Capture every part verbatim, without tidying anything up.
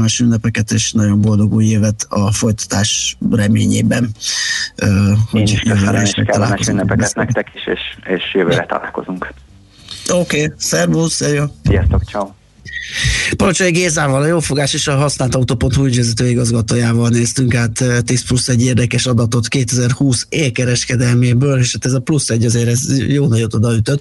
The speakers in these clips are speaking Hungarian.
kellemes ünnepeket, és nagyon boldog új évet a folytatás reményében. Hogy Én is köszönöm, és kellemes ünnepeket nektek is, és, és jövőre találkozunk. Oké, okay, szervusz, jó. Sziasztok, ciao. Parancsolj Gézával, a Jófogás és a használt autó pont hu ügyvezető igazgatójával néztünk át tíz plusz egy érdekes adatot kétezer-húsz élkereskedelméből, és hát ez a plusz egy azért ez jó nagyot odaütött.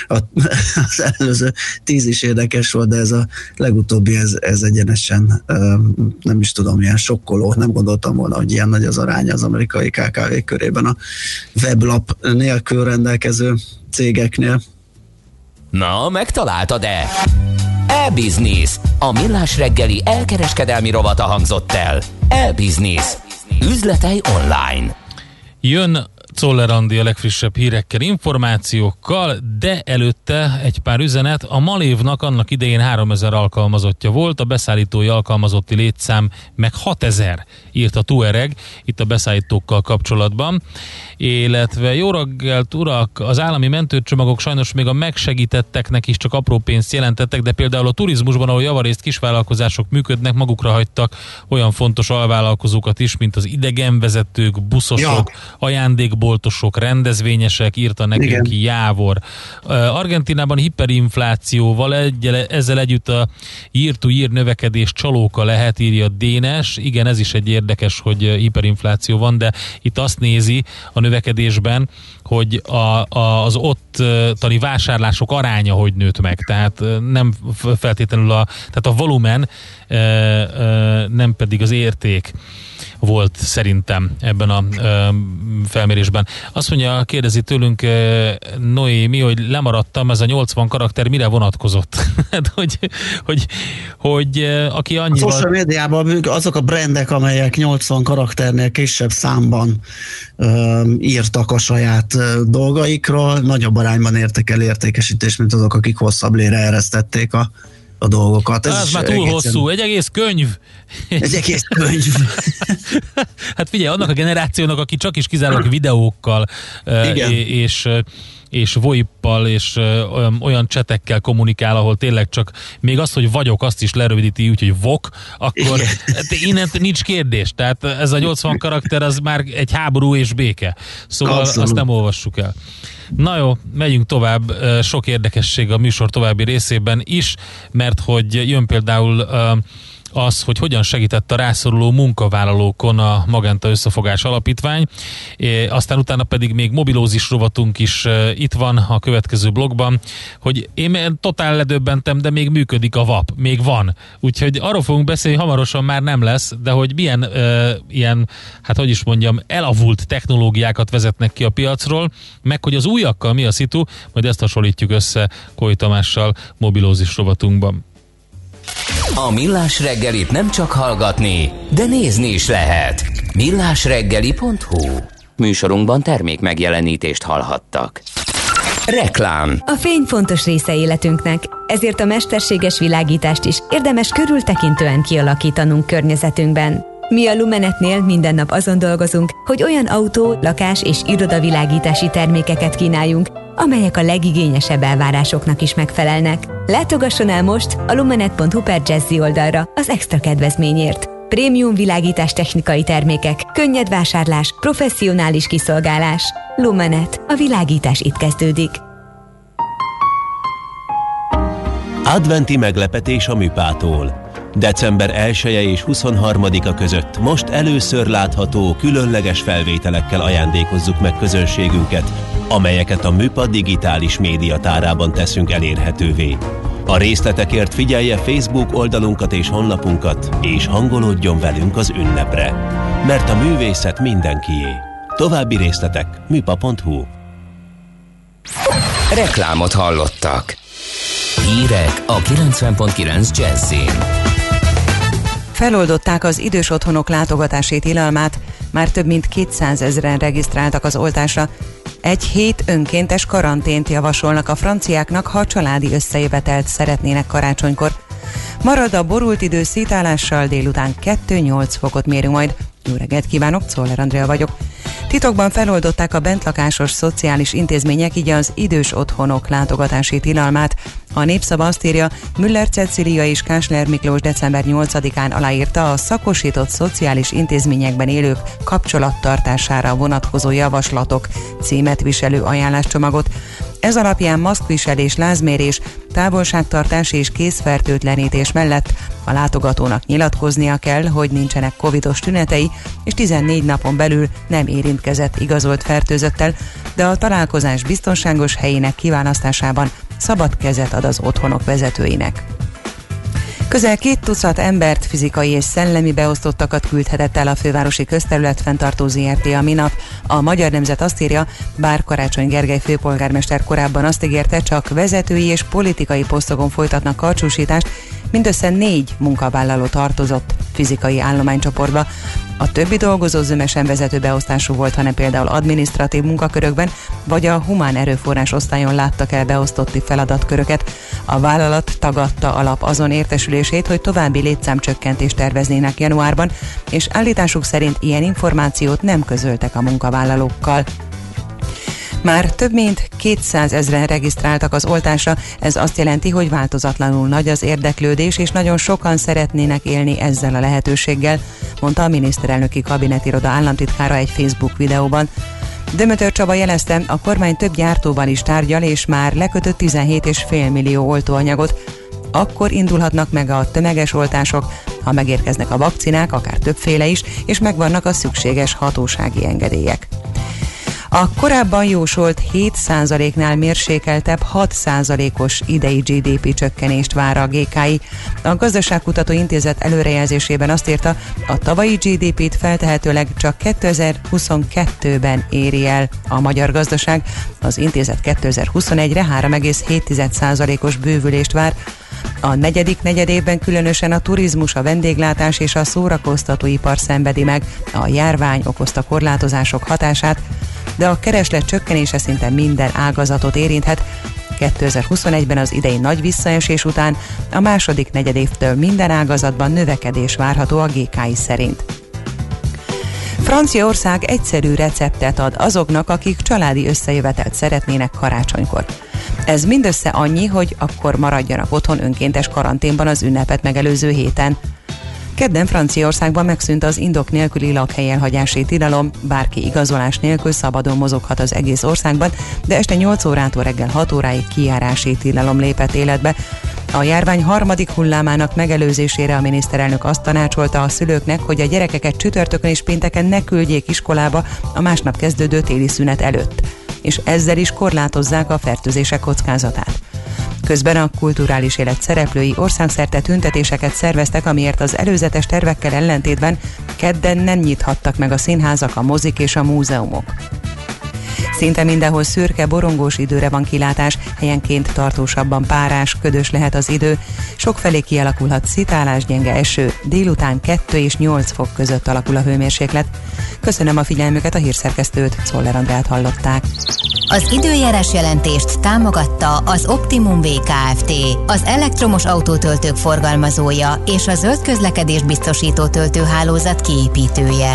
Az előző tíz is érdekes volt, de ez a legutóbbi, ez, ez egyenesen nem is tudom, ilyen sokkoló. Nem gondoltam volna, hogy ilyen nagy az aránya az amerikai ká ká vé körében a weblap nélkül rendelkező cégeknél. Na, megtaláltad-e? E-Business. A millás reggeli elkereskedelmi rovata hangzott el. E-Business. Üzletei online. Jön Czoller Andi a legfrissebb hírekkel, információkkal, de előtte egy pár üzenet. A Malévnak annak idején háromezer alkalmazottja volt, a beszállítói alkalmazotti létszám meg hatezer, írt a Tuareg itt a beszállítókkal kapcsolatban. Illetve jó reggelt, urak, az állami mentőcsomagok sajnos még a megsegítetteknek is csak apró pénzt jelentettek, de például a turizmusban, ahol javarészt kisvállalkozások működnek, magukra hagytak olyan fontos alvállalkozókat is, mint az idegenvezetők, buszosok, ja. ajándékboltosok, rendezvényesek, írta nekünk Igen. Jávor. Argentínában hiperinflációval egyel, ezzel együtt a year-to-year növekedés csalóka lehet, írja Dénes. Igen, ez is egy érdekes, hogy hiperinfláció van, de itt azt nézi a növekedésben, hogy a, a, az ottani vásárlások aránya hogy nőtt meg. Tehát nem feltétlenül a, tehát a volumen, nem pedig az érték volt szerintem ebben a felmérésben. Azt mondja, kérdezi tőlünk Noémi, hogy lemaradtam, ez a nyolcvan karakter mire vonatkozott? Hát, hogy, hogy, hogy aki annyival... A social médiában azok a brandek, amelyek nyolcvan karakternél kisebb számban um, írtak a saját uh, dolgaikról, nagyobb arányban értek el értékesítést, mint azok, akik hosszabb lére eresztették a a dolgokat. Ez, Ez már túl egészen... hosszú, egy egész könyv. Egy egész könyv. Hát figyelj, annak a generációnak, aki csak is kizárólag videókkal Igen. és és VoIP-pal és olyan, olyan csetekkel kommunikál, ahol tényleg csak még azt, hogy vagyok, azt is lerövidíti úgy, hogy vok, akkor innen nincs kérdés. Tehát ez a nyolcvan karakter, az már egy háború és béke. Szóval Abszolút. Azt nem olvassuk el. Na jó, megyünk tovább, sok érdekesség a műsor további részében is, mert hogy jön például az, hogy hogyan segített a rászoruló munkavállalókon a Magenta Összefogás Alapítvány. É, aztán utána pedig még mobilózis rovatunk is e, itt van a következő blogban, hogy én totál ledöbbentem, de még működik a vé á pé, még van. Úgyhogy arról fogunk beszélni, hamarosan már nem lesz, de hogy milyen e, ilyen, hát hogy is mondjam, elavult technológiákat vezetnek ki a piacról, meg hogy az újakkal mi a szitu, majd ezt hasonlítjuk össze Koi Tamással mobilózis rovatunkban. A Millás reggelit nem csak hallgatni, de nézni is lehet. millásreggeli pont hu. Műsorunkban termék megjelenítést hallhattak. Reklám. A fény fontos része életünknek, ezért a mesterséges világítást is érdemes körültekintően kialakítanunk környezetünkben. Mi a Lumenetnél minden nap azon dolgozunk, hogy olyan autó, lakás és irodavilágítási termékeket kínáljunk, amelyek a legigényesebb elvárásoknak is megfelelnek. Látogasson el most a lumenet pont hu per Jazzy oldalra az extra kedvezményért. Prémium világítás technikai termékek, könnyed vásárlás, professzionális kiszolgálás. Lumenet. A világítás itt kezdődik. Adventi meglepetés a Műpától. december elseje és huszonharmadika között most először látható különleges felvételekkel ajándékozzuk meg közönségünket, amelyeket a Műpa digitális médiatárában teszünk elérhetővé. A részletekért figyelje Facebook oldalunkat és honlapunkat, és hangolódjon velünk az ünnepre. Mert a művészet mindenkié. További részletek műpa pont hu. Reklámot hallottak. Hírek a kilencven pont kilenc Jazzin. Feloldották az idős otthonok látogatási tilalmát, már több mint kétszázezren regisztráltak az oltásra. Egy hét önkéntes karantént javasolnak a franciáknak, ha családi összejövetelt szeretnének karácsonykor. Marad a borult idő szétállással, délután kettő-nyolc fokot mérünk majd. Jó reggelt kívánok, Czoller Andrea vagyok. Titokban feloldották a bentlakásos szociális intézmények, így az idős otthonok látogatási tilalmát. A Népszava azt írja, Müller Cecilia és Kásler Miklós december nyolcadikán aláírta a szakosított szociális intézményekben élők kapcsolattartására vonatkozó javaslatok címet viselő ajánláscsomagot. Ez alapján maszkviselés, lázmérés, távolságtartás és kézfertőtlenítés mellett a látogatónak nyilatkoznia kell, hogy nincsenek covidos tünetei, és tizennégy napon belül nem érintkezett igazolt fertőzöttel, de a találkozás biztonságos helyének kiválasztásában szabad kezet ad az otthonok vezetőinek. Közel két tucat embert, fizikai és szellemi beosztottakat küldhetett el a fővárosi közterületfenntartó zé er té a minap. A Magyar Nemzet azt írja, bár Karácsony Gergely főpolgármester korábban azt ígérte, csak vezetői és politikai posztokon folytatnak karcsúsítást, mindössze négy munkavállaló tartozott fizikai állománycsoportba. A többi dolgozó zömesen vezető beosztású volt, hanem például adminisztratív munkakörökben, vagy a humán erőforrás osztályon láttak el beosztotti feladatköröket. A vállalat tagadta alap azon értesülését, hogy további létszámcsökkentést terveznének januárban, és állításuk szerint ilyen információt nem közöltek a munkavállalókkal. Már több mint kétszázezren regisztráltak az oltásra, ez azt jelenti, hogy változatlanul nagy az érdeklődés, és nagyon sokan szeretnének élni ezzel a lehetőséggel, mondta a miniszterelnöki kabinetiroda államtitkára egy Facebook videóban. Dömötör Csaba jelezte, a kormány több gyártóval is tárgyal, és már lekötött tizenhét egész öt millió oltóanyagot. Akkor indulhatnak meg a tömeges oltások, ha megérkeznek a vakcinák, akár többféle is, és megvannak a szükséges hatósági engedélyek. A korábban jósolt hét százaléknál mérsékeltebb hat százalékos idei gé dé pé csökkenést vár a gé ká i. A Gazdaságkutató Intézet előrejelzésében azt írta, a tavalyi gé dé pét feltehetőleg csak kétezer-huszonkettőben éri el a magyar gazdaság. Az intézet kétezer-huszonegyre három egész hét százalékos bővülést vár. A negyedik negyedévben különösen a turizmus, a vendéglátás és a szórakoztatóipar szenvedi meg a járvány okozta korlátozások hatását, de a kereslet csökkenése szinte minden ágazatot érinthet. kétezer-huszonegyben az idei nagy visszaesés után a második negyedévtől minden ágazatban növekedés várható a gé ká i szerint. Franciaország egyszerű receptet ad azoknak, akik családi összejövetelt szeretnének karácsonykor. Ez mindössze annyi, hogy akkor maradjanak otthon önkéntes karanténban az ünnepet megelőző héten. Kedden Franciaországban megszűnt az indok nélküli lakhely elhagyási tilalom, bárki igazolás nélkül szabadon mozoghat az egész országban, de este nyolc órától reggel hat óráig kijárási tilalom lépett életbe. A járvány harmadik hullámának megelőzésére a miniszterelnök azt tanácsolta a szülőknek, hogy a gyerekeket csütörtökön és pénteken ne küldjék iskolába a másnap kezdődő téli szünet előtt, és ezzel is korlátozzák a fertőzések kockázatát. Közben a kulturális élet szereplői országszerte tüntetéseket szerveztek, amiért az előzetes tervekkel ellentétben kedden nem nyithattak meg a színházak, a mozik és a múzeumok. Szinte mindenhol szürke, borongós időre van kilátás, helyenként tartósabban párás, ködös lehet az idő, sokfelé kialakulhat szitálás, gyenge eső, délután kettő és nyolc fok között alakul a hőmérséklet. Köszönöm a figyelmüket, a hírszerkesztőt, Czoller Andrát hallották. Az időjárás jelentést támogatta az Optimum vé Kft., az elektromos autótöltők forgalmazója és a zöld közlekedés biztosító töltőhálózat kiépítője.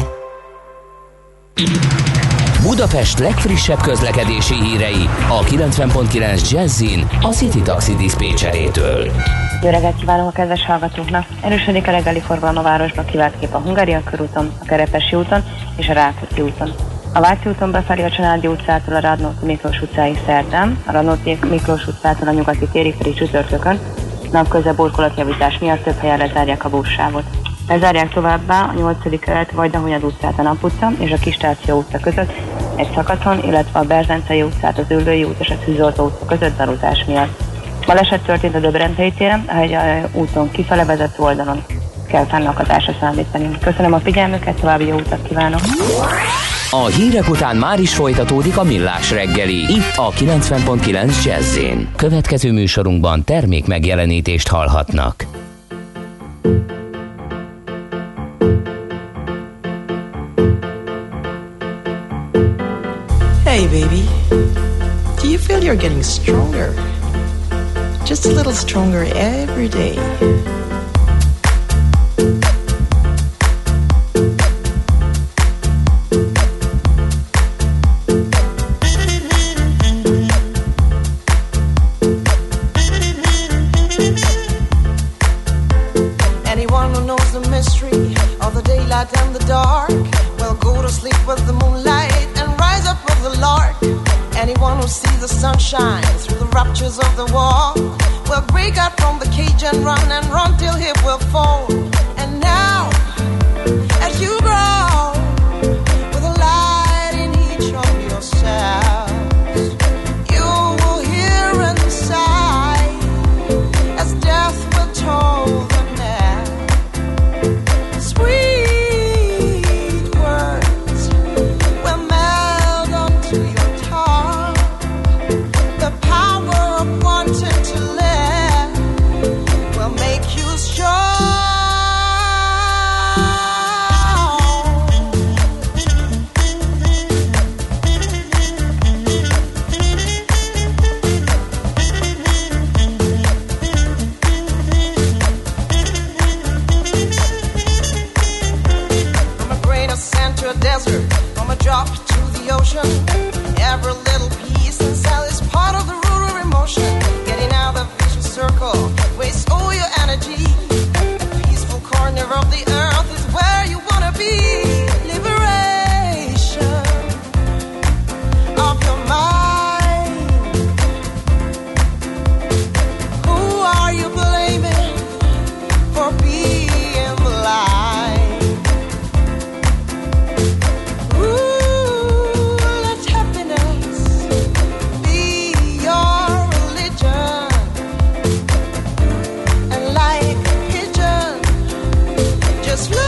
Budapest legfrissebb közlekedési hírei a kilencven pont kilenc Jazzin a City Taxi diszpécserétől. Jó reggelt kívánok a kedves hallgatóknak! Erősödik a reggeli forgalom a városba, kiváltképp a Hungária körúton, a Kerepesi úton és a Rákóczi úton. A Váci úton befelé a Csanádi utcától a Radnóti Miklós utcáig szerdán, a Radnóti Miklós utcától a Nyugati térig felé csütörtökön, napközben burkolatjavítás miatt több helyen lezárják a buszsávot. Lezárják továbbá a nyolcadik kerület Vajdahunyad utcát a Nap utca és a Kistácia utca között egy szakaszon, illetve a Berzencei utcát az Üllői út és a Tűzoltó utca között darúzás miatt. Baleset történt a Döbrentei téren, a Hegy úton kifele vezető oldalon kell fennakadásra számítani. Köszönöm a figyelmüket, további jó utat kívánok! A hírek után már is folytatódik a Millás reggeli, itt a kilencven pont kilenc Jazz-én. Következő műsorunkban termék megjelenítést hallhatnak. Hey baby, do you feel you're getting stronger? Just a little stronger every day. mystery of the daylight and the dark will go to sleep with the moonlight and rise up with the lark. Anyone who sees the sunshine through the raptures of the wall will break out from the cage and run and run till he will fall. And now, as you grow with a light in each of yourselves, you will hear inside as death will toll the net. Sweet words will meld onto your tongue. The power of wanting to live will make you strong. From a grain of sand to a desert, from a drop to the ocean, every little piece and cell is part of the rural emotion. Getting out of the vicious circle, waste all your energy. A peaceful corner of the earth is where you wanna be. Liberation of your mind. Who are you blaming for being blind? Ooh, let happiness be your religion. And like a pigeon, just fly.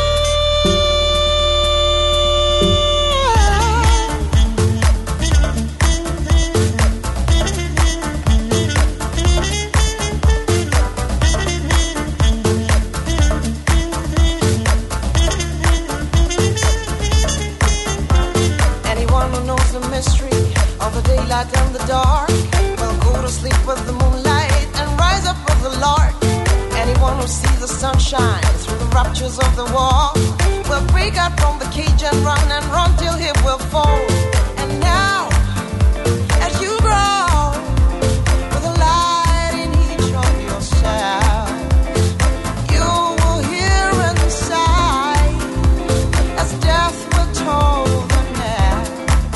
Anyone who knows the mystery of the daylight and the dark will go to sleep with the moonlight and rise up with the lark. Anyone who sees the sunshine through the raptures of the wall will break out from the cage and run and run till he will fall. And now, as you grow with a light in each of yourselves, you will hear inside as death will toll the net.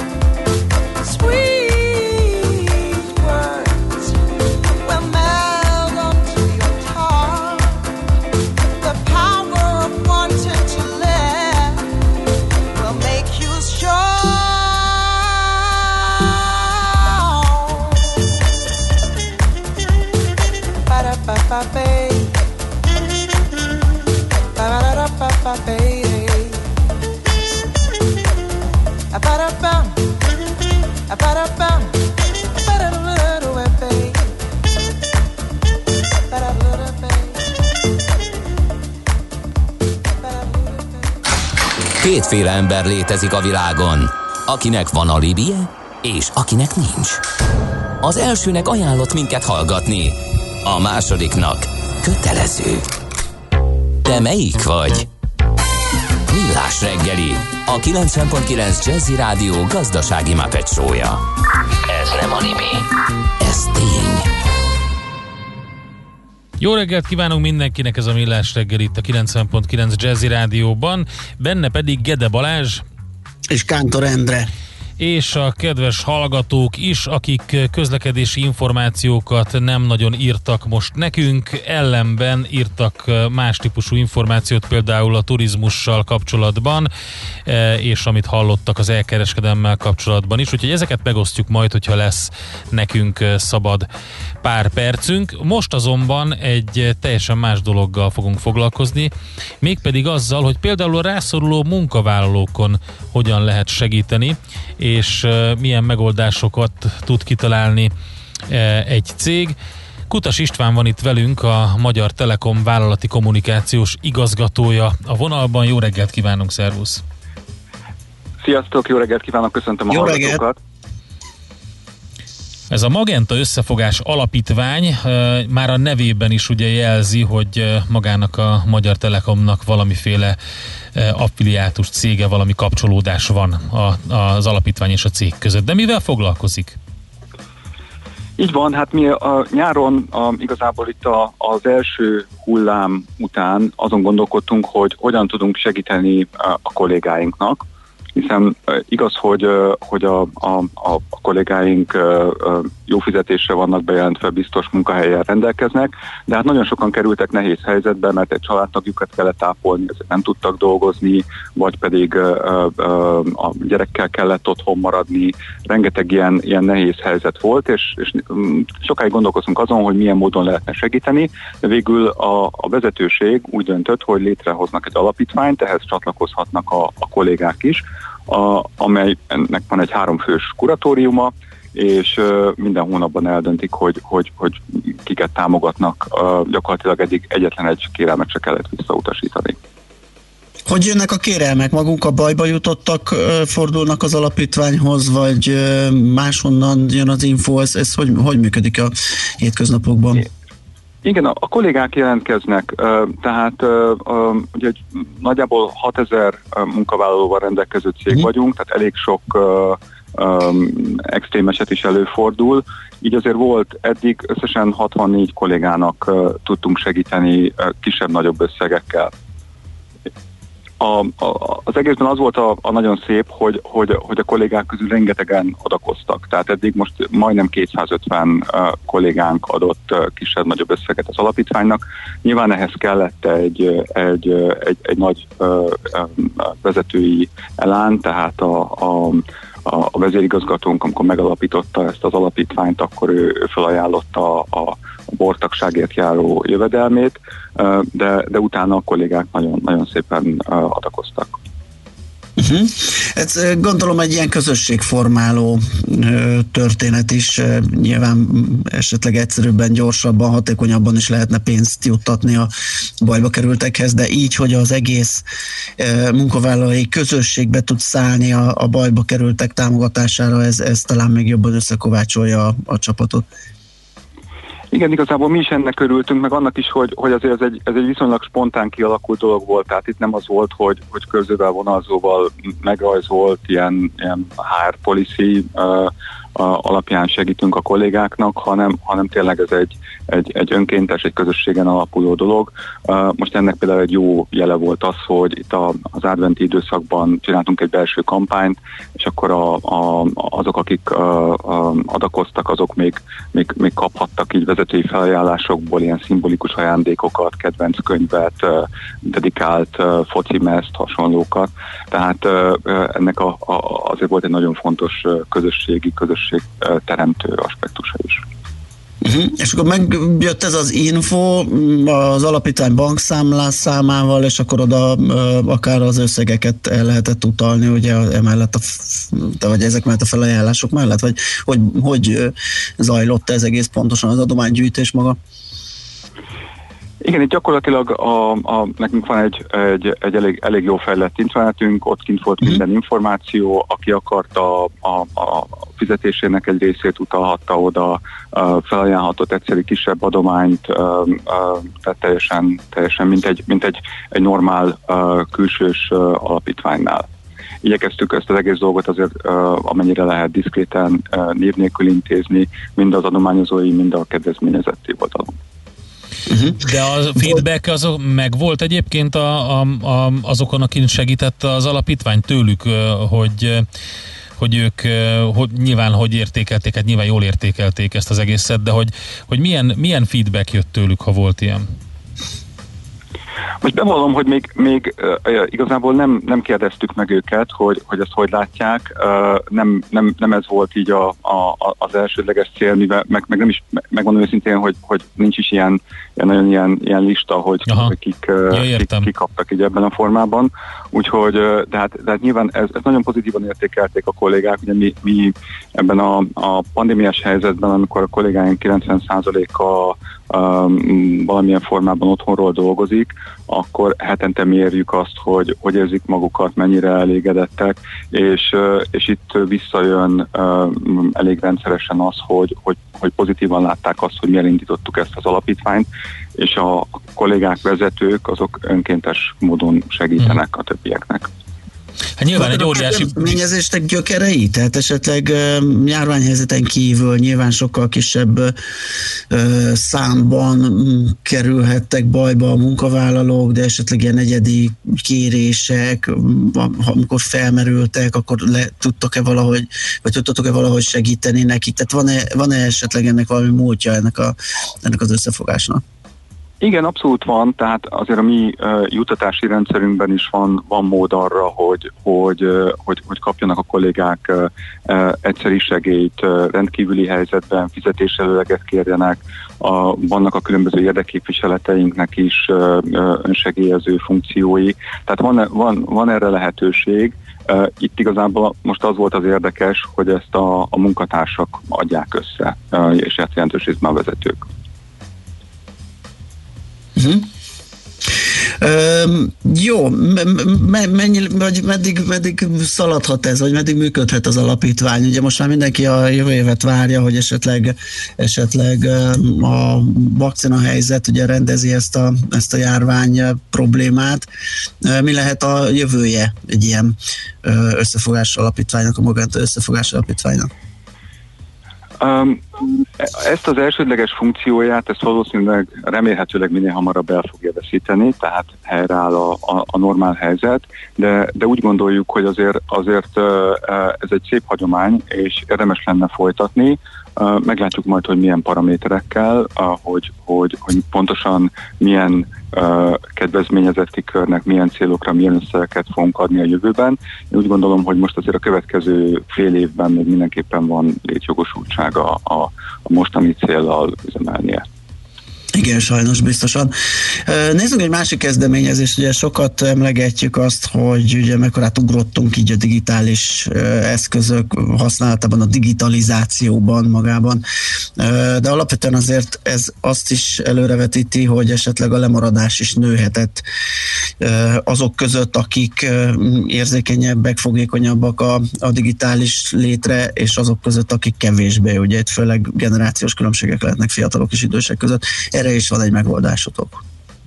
Sweet words will meld onto your tongue. The power of wanting to live will make you strong. Ba-da-ba-ba-ba. Ba-da-da-ba-ba-ba. Ba-da-bum. Ba-da-bum. Ba-da-da-da-da-da-da. Ba-da-da-da-da-da. Kétféle ember létezik a világon, akinek van alibije, és akinek nincs. Az elsőnek ajánlott minket hallgatni, a másodiknak kötelező. Te melyik vagy? Millás reggeli, a kilencven pont kilenc Jazzy Rádió gazdasági Muppet show-ja. Ez nem anime, ez tény. Jó reggelt kívánunk mindenkinek, ez a Millás reggel itt a kilencven pont kilenc Jazzy Rádióban, benne pedig Gede Balázs és Kántor Endre. És a kedves hallgatók is, akik közlekedési információkat nem nagyon írtak most nekünk, ellenben írtak más típusú információt, például a turizmussal kapcsolatban, és amit hallottak az elkereskedelemmel kapcsolatban is, úgyhogy ezeket megosztjuk majd, hogyha lesz nekünk szabad pár percünk. Most azonban egy teljesen más dologgal fogunk foglalkozni, mégpedig azzal, hogy például a rászoruló munkavállalókon hogyan lehet segíteni, és milyen megoldásokat tud kitalálni egy cég. Kutas István van itt velünk, a Magyar Telekom vállalati kommunikációs igazgatója a vonalban. Jó reggelt kívánunk, szervusz! Sziasztok, jó reggelt kívánok, köszöntöm a jó hallgatókat! Reggelt. Ez a Magenta Összefogás Alapítvány már a nevében is ugye jelzi, hogy magának a Magyar Telekomnak valamiféle affiliátus cége, valami kapcsolódás van az alapítvány és a cég között. De mivel foglalkozik? Így van, hát mi a nyáron a, igazából itt a, az első hullám után azon gondolkodtunk, hogy hogyan tudunk segíteni a, a kollégáinknak, hiszen igaz, hogy, hogy a, a, a kollégáink jó fizetésre vannak bejelentve, biztos munkahelyen rendelkeznek, de hát nagyon sokan kerültek nehéz helyzetbe, mert egy családtagjukat kellett ápolni, ezért nem tudtak dolgozni, vagy pedig a gyerekkel kellett otthon maradni. Rengeteg ilyen, ilyen nehéz helyzet volt, és, és sokáig gondolkoztunk azon, hogy milyen módon lehetne segíteni, de végül a, a vezetőség úgy döntött, hogy létrehoznak egy alapítványt, ehhez csatlakozhatnak a, a kollégák is, A, amelynek van egy háromfős kuratóriuma, és uh, minden hónapban eldöntik, hogy, hogy, hogy kiket támogatnak. Uh, gyakorlatilag eddig egyetlen egy kérelmet se kellett visszautasítani. Hogy jönnek a kérelmek? Magunk a bajba jutottak, uh, fordulnak az alapítványhoz, vagy uh, máshonnan jön az info? Ez, ez hogy, hogy működik a hétköznapokban? Igen, a, a kollégák jelentkeznek, uh, tehát uh, uh, ugye nagyjából hatezer munkavállalóval rendelkező cég uh-huh. vagyunk, tehát elég sok uh, um, extrém eset is előfordul, így azért volt eddig összesen hatvannégy kollégának uh, tudtunk segíteni uh, kisebb-nagyobb összegekkel. A, a, az egészben az volt a, a nagyon szép, hogy, hogy, hogy a kollégák közül rengetegen adakoztak. Tehát eddig most majdnem kétszázötven uh, kollégánk adott uh, kisebb-nagyobb összeget az alapítványnak. Nyilván ehhez kellett egy, egy, egy, egy nagy uh, vezetői elán, tehát a, a, a vezérigazgatónk, amikor megalapította ezt az alapítványt, akkor ő, ő felajánlotta a, a a bortagságért járó jövedelmét, de, de utána a kollégák nagyon, nagyon szépen adakoztak. Uh-huh. Ez gondolom egy ilyen közösségformáló történet is, nyilván esetleg egyszerűbben, gyorsabban, hatékonyabban is lehetne pénzt juttatni a bajba kerültekhez, de így, hogy az egész munkavállalói közösségbe tud szállni a, a bajba kerültek támogatására, ez, ez talán még jobban összekovácsolja a, a csapatot. Igen, igazából mi is ennek örültünk, meg annak is, hogy, hogy azért ez egy, ez egy viszonylag spontán kialakult dolog volt, tehát itt nem az volt, hogy, hogy körzővel, vonalzóval megrajzolt ilyen, ilyen há er policy uh, alapján segítünk a kollégáknak, hanem, hanem tényleg ez egy, egy, egy önkéntes, egy közösségen alapuló dolog. Uh, most ennek például egy jó jele volt az, hogy itt a, az adventi időszakban csináltunk egy belső kampányt, és akkor a, a, azok, akik uh, uh, adakoztak, azok még, még, még kaphattak így vezetői felajánlásokból ilyen szimbolikus ajándékokat, kedvenc könyvet, uh, dedikált uh, focimezt, hasonlókat. Tehát uh, ennek a, a, azért volt egy nagyon fontos uh, közösségi, közösség teremtő aspektusa is. Uh-huh. És akkor megjött ez az info az alapítvány bankszámlás számával, és akkor oda uh, akár az összegeket el lehetett utalni, ugye emellett a, vagy ezek mellett a felajánlások mellett, vagy hogy, hogy zajlott ez egész pontosan az adománygyűjtés maga? Igen, itt gyakorlatilag a, a, nekünk van egy, egy, egy elég, elég jó fejlett internetünk, ott kint volt mm. minden információ, aki akarta a, a fizetésének egy részét utalhatta oda, felajánlhatott egyszerű kisebb adományt, tehát teljesen, teljesen mint egy, mint egy, egy normál külsős alapítványnál. Igyekeztük ezt az egész dolgot azért amennyire lehet diszkréten név nélkül intézni, mind az adományozói, mind a kedvezményezetti oldalon. Uh-huh. De a feedback az meg volt egyébként a, a, a, azokon, akin segített az alapítvány tőlük, hogy, hogy ők hogy nyilván hogy értékelték, hát nyilván jól értékelték ezt az egészet, de hogy, hogy milyen, milyen feedback jött tőlük, ha volt ilyen? Most bevallom, hogy még, még uh, igazából nem, nem kérdeztük meg őket, hogy, hogy ezt hogy látják. Uh, nem, nem, nem ez volt így a, a, az elsődleges cél, mivel, meg, meg nem is, megmondom őszintén, hogy, hogy nincs is ilyen, ilyen nagyon ilyen, ilyen lista, hogy, hogy kik, uh, ja, kik, kik kaptak így ebben a formában. Úgyhogy, uh, de, hát, de hát nyilván ez, ez nagyon pozitívan értékelték a kollégák. Ugye mi, mi ebben a, a pandémiás helyzetben, amikor a kollégáink kilencven százaléka um, valamilyen formában otthonról dolgozik, akkor hetente mérjük azt, hogy hogy érzik magukat, mennyire elégedettek, és, és itt visszajön uh, elég rendszeresen az, hogy, hogy, hogy pozitívan látták azt, hogy miért indítottuk ezt az alapítványt, és a kollégák, vezetők, azok önkéntes módon segítenek a többieknek. Hát nyilván egy óriási... Kezdeményezéstek gyökerei? Tehát esetleg uh, járványhelyzeten kívül nyilván sokkal kisebb uh, számban um, kerülhettek bajba a munkavállalók, de esetleg ilyen egyedi kérések, um, amikor felmerültek, akkor le tudtok-e valahogy, vagy tudtok-e valahogy segíteni nekik? Tehát van-e, van-e esetleg ennek valami múltja ennek, a, ennek az összefogásnak? Igen, abszolút van, tehát azért a mi uh, jutatási rendszerünkben is van, van mód arra, hogy, hogy, uh, hogy, hogy kapjanak a kollégák uh, uh, egyszeri segélyt, uh, rendkívüli helyzetben fizetéselőleget kérjenek, a, vannak a különböző érdekképviseleteinknek is uh, uh, önsegélyező funkciói, tehát van, van, van erre lehetőség. Uh, itt igazából most az volt az érdekes, hogy ezt a, a munkatársak adják össze, uh, és ezt jelentős részben a vezetők. Uh-huh. Üm, jó, me- mennyi, vagy meddig, meddig szaladhat ez, vagy meddig működhet az alapítvány? Ugye most már mindenki a jövő évet várja, hogy esetleg, esetleg a vakcina helyzet ugye rendezi ezt a, ezt a járvány problémát. Mi lehet a jövője egy ilyen összefogás alapítványnak, a magántól összefogás alapítványnak? Um, ezt az elsődleges funkcióját, ezt valószínűleg remélhetőleg minél hamarabb el fogja veszíteni, tehát helyreáll a, a, a normál helyzet, de, de úgy gondoljuk, hogy azért, azért ez egy szép hagyomány, és érdemes lenne folytatni. Meglátjuk majd, hogy milyen paraméterekkel, hogy, hogy, hogy pontosan milyen uh, kedvezményezeti körnek, milyen célokra, milyen összegeket fogunk adni a jövőben. Én úgy gondolom, hogy most azért a következő fél évben még mindenképpen van létjogosultsága a, a mostani céllal üzemelnie. Igen, sajnos biztosan. Nézzük egy másik kezdeményezést, ugye sokat emlegetjük azt, hogy ugye mekkorát ugrottunk így a digitális eszközök használatában, a digitalizációban magában, de alapvetően azért ez azt is előrevetíti, hogy esetleg a lemaradás is nőhetett azok között, akik érzékenyebbek, fogékonyabbak a, a digitális létre, és azok között, akik kevésbé, ugye itt főleg generációs különbségek lehetnek fiatalok és idősek között. Erre is van egy megoldásotok.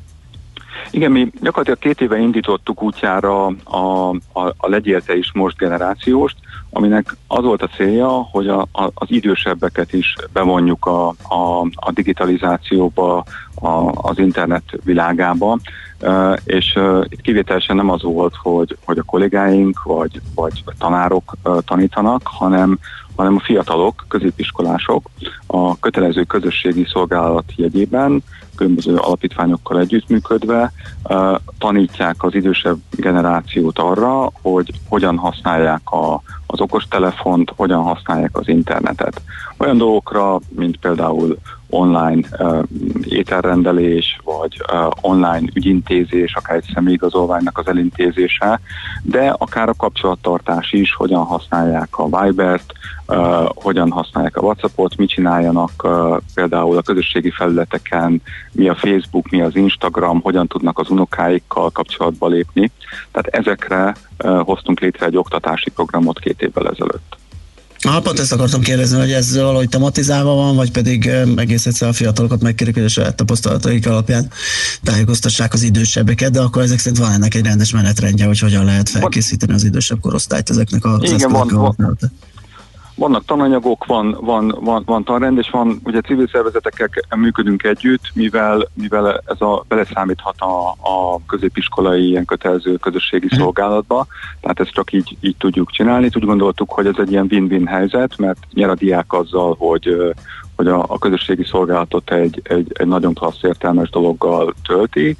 Igen, mi gyakorlatilag két éve indítottuk útjára a, a, a Legyél te is most generációst, aminek az volt a célja, hogy a, a, az idősebbeket is bevonjuk a, a, a digitalizációba, a, az internet világába, uh, és uh, itt kivételesen nem az volt, hogy, hogy a kollégáink vagy, vagy tanárok uh, tanítanak, hanem hanem a fiatalok, középiskolások a kötelező közösségi szolgálat jegyében, különböző alapítványokkal együttműködve uh, tanítják az idősebb generációt arra, hogy hogyan használják a, az okostelefont, hogyan használják az internetet. Olyan dolgokra, mint például online uh, ételrendelés, vagy uh, online ügyintézés, akár egy személyigazolványnak az elintézése, de akár a kapcsolattartás is, hogyan használják a Vibert, uh, hogyan használják a WhatsAppot, mit csináljanak uh, például a közösségi felületeken, mi a Facebook, mi az Instagram, hogyan tudnak az unokáikkal kapcsolatba lépni. Tehát ezekre uh, hoztunk létre egy oktatási programot két évvel ezelőtt. Ah, pont ezt akartam kérdezni, hogy ez valahogy tematizálva van, vagy pedig egész egyszer a fiatalokat megkérik, hogy a saját tapasztalataik alapján tájékoztassák az idősebbeket, de akkor ezek szerint van ennek egy rendes menetrendje, hogy hogyan lehet felkészíteni az idősebb korosztályt ezeknek az eszközöknek a használatát. Vannak tananyagok, van, van, van, van tanrend, és van, ugye civil szervezetekkel működünk együtt, mivel, mivel ez a, beleszámíthat a, a középiskolai ilyen kötelező közösségi hmm. szolgálatba, tehát ezt csak így, így tudjuk csinálni. Úgy gondoltuk, hogy ez egy ilyen win-win helyzet, mert nyer a diák azzal, hogy, hogy a, a közösségi szolgálatot egy, egy, egy nagyon klassz értelmes dologgal tölti,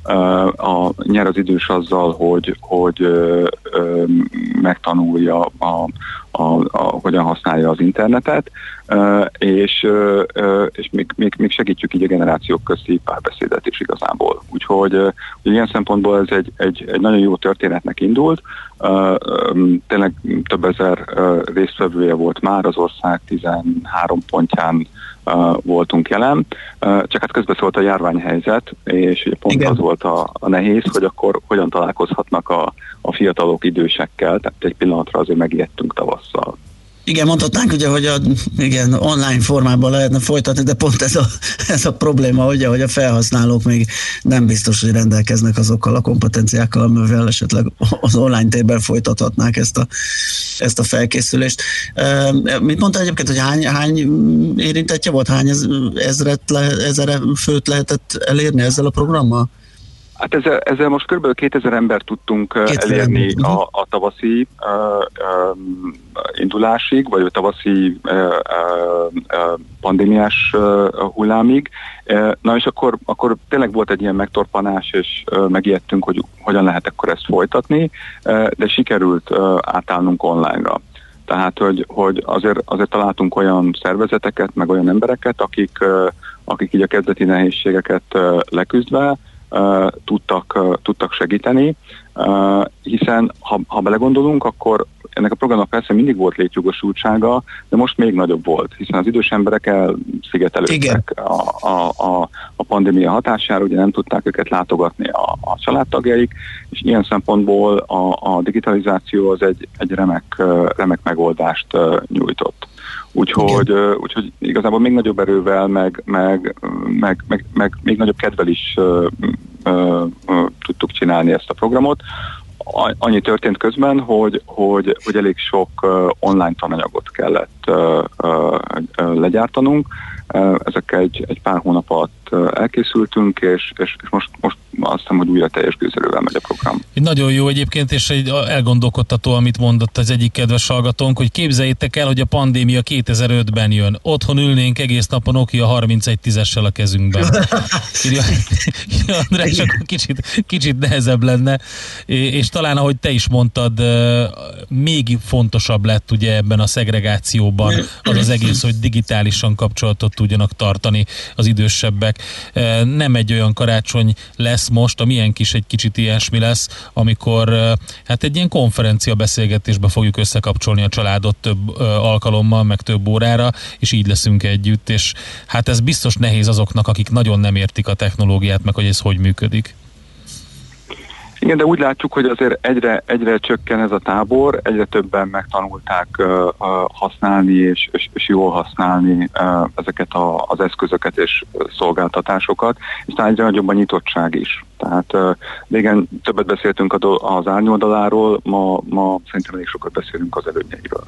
a, nyer az idős azzal, hogy, hogy ö, ö, megtanulja a A, a, hogyan használja az internetet, uh, és, uh, és még, még, még segítjük így a generációk közti párbeszédet is igazából. Úgyhogy uh, ilyen szempontból ez egy, egy, egy nagyon jó történetnek indult. Uh, um, tényleg több ezer uh, résztvevője volt már, az ország tizenhárom pontján uh, voltunk jelen. Uh, csak hát közbeszólt a járványhelyzet, és ugye pont Igen. az volt a, a nehéz, hogy akkor hogyan találkozhatnak a, a fiatalok idősekkel, tehát egy pillanatra azért megijedtünk tavasszal. Igen, mondhatnánk ugye, hogy a, igen, online formában lehetne folytatni, de pont ez a, ez a probléma, ugye, hogy a felhasználók még nem biztos, hogy rendelkeznek azokkal a kompetenciákkal, amivel esetleg az online térben folytathatnák ezt a, ezt a felkészülést. Mit mondta egyébként, hogy hány, hány érintettje volt, hány ezret le, ezere főt lehetett elérni ezzel a programmal? Hát ezzel, ezzel most kb. kétezer embert tudtunk kétezer elérni a, a tavaszi uh, uh, indulásig, vagy a tavaszi uh, uh, pandémiás uh, hullámig. Uh, na és akkor, akkor tényleg volt egy ilyen megtorpanás, és uh, megijedtünk, hogy hogyan lehet akkor ezt folytatni, uh, de sikerült uh, átállnunk online-ra. Tehát, hogy, hogy azért, azért találtunk olyan szervezeteket, meg olyan embereket, akik, uh, akik így a kezdeti nehézségeket uh, leküzdve Uh, tudtak, uh, tudtak segíteni, uh, hiszen ha, ha belegondolunk, akkor ennek a programnak persze mindig volt létjogosultsága, de most még nagyobb volt, hiszen az idős emberek elszigetelődtek a, a, a, a pandémia hatására, ugye nem tudták őket látogatni a, a családtagjaik, és ilyen szempontból a, a digitalizáció az egy, egy remek, remek megoldást uh, nyújtott. Úgyhogy, úgyhogy igazából még nagyobb erővel, meg, meg, meg, meg, meg még nagyobb kedvel is uh, uh, uh, tudtuk csinálni ezt a programot. Annyi történt közben, hogy, hogy, hogy elég sok uh, online tananyagot kellett uh, uh, uh, legyártanunk. Uh, ezek egy, egy pár hónap alatt uh, elkészültünk, és, és, és most, most azt hiszem, hogy újra teljes gőzerővel megy a program. Nagyon jó egyébként, és egy elgondolkodtató, amit mondott az egyik kedves hallgatónk, hogy képzeljétek el, hogy a pandémia kétezer-ötben jön. Otthon ülnénk egész nap a Nokia harmincegy tízessel a kezünkben. Írja, írja András, akkor kicsit, kicsit nehezebb lenne. És talán, ahogy te is mondtad, még fontosabb lett ugye ebben a szegregációban az az egész, hogy digitálisan kapcsolatot tudjanak tartani az idősebbek. Nem egy olyan karácsony lesz most, a miénk is egy kicsit ilyesmi lesz, amikor hát egy ilyen konferencia beszélgetésbe fogjuk összekapcsolni a családot több alkalommal, meg több órára, és így leszünk együtt, és hát ez biztos nehéz azoknak, akik nagyon nem értik a technológiát, meg hogy ez hogy működik. Igen, de úgy látjuk, hogy azért egyre, egyre csökken ez a tábor, egyre többen megtanulták uh, uh, használni és, és, és jól használni uh, ezeket a, az eszközöket és szolgáltatásokat, és talán egyre nagyobb a nyitottság is. Tehát uh, régen többet beszéltünk az árnyoldaláról, ma, ma szerintem elég sokat beszélünk az előnyeiről.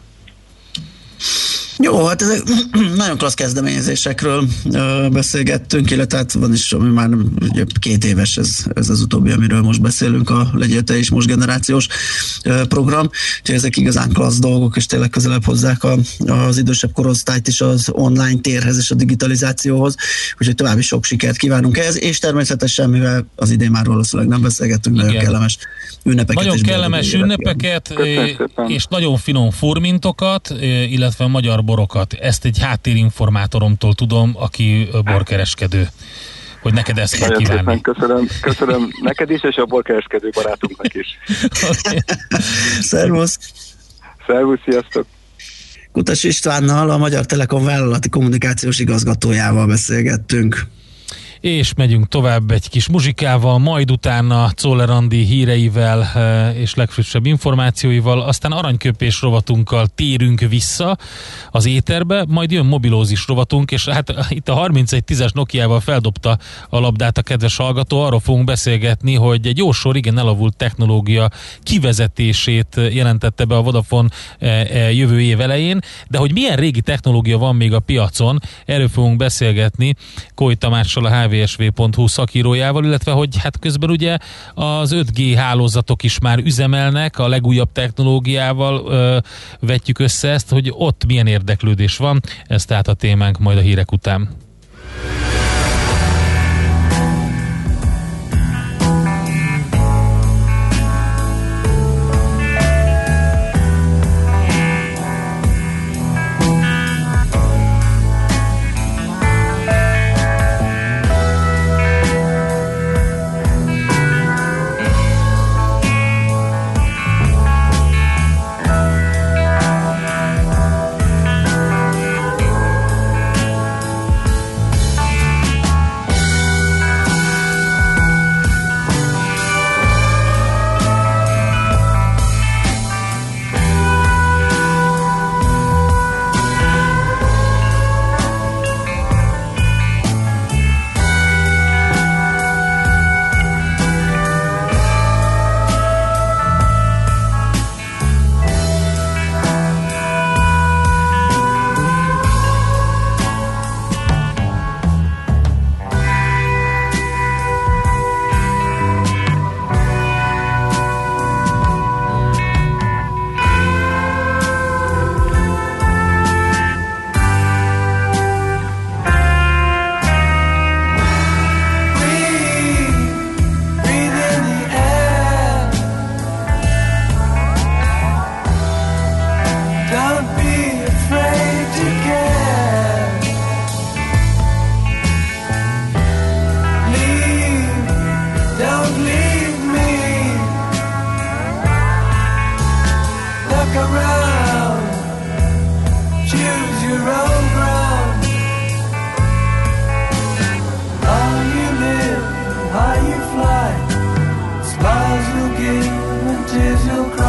Jó, hát ezek nagyon klassz kezdeményezésekről ö, beszélgettünk, illetve hát van is, ami már ugye, két éves ez, ez az utóbbi, amiről most beszélünk, a Legyél Te is most generációs ö, program, úgyhogy ezek igazán klassz dolgok, és tényleg közelebb hozzák a, az idősebb korosztályt is az online térhez és a digitalizációhoz, úgyhogy további sok sikert kívánunk ehhez, és természetesen, mivel az idén már valószínűleg nem beszélgettünk, igen, nagyon kellemes ünnepeket. Nagyon kellemes ünnepeket, és nagyon finom furmintokat, illetve magyar borokat. Ezt egy háttérinformátoromtól tudom, aki borkereskedő, hogy neked ezt kell kívánni. Köszönöm, köszönöm neked is, és a borkereskedő barátunknak is. Okay. Szervusz! Szervusz, sziasztok! Kutas Istvánnal, a Magyar Telekom vállalati kommunikációs igazgatójával beszélgettünk. És megyünk tovább egy kis muzsikával, majd utána Czoller Andi híreivel és legfrissebb információival, aztán aranyköpés rovatunkkal térünk vissza az éterbe, majd jön mobilózis rovatunk, és hát itt a harmincegy tízes Nokiával feldobta a labdát a kedves hallgató, arról fogunk beszélgetni, hogy egy jó sor igen elavult technológia kivezetését jelentette be a Vodafone jövő év elején, de hogy milyen régi technológia van még a piacon, erről fogunk beszélgetni Kói Tamással, a há vé es vé pont hú szakírójával, illetve hogy hát közben ugye az öt G hálózatok is már üzemelnek, a legújabb technológiával ö, vetjük össze ezt, hogy ott milyen érdeklődés van, ez tehát a témánk majd a hírek után.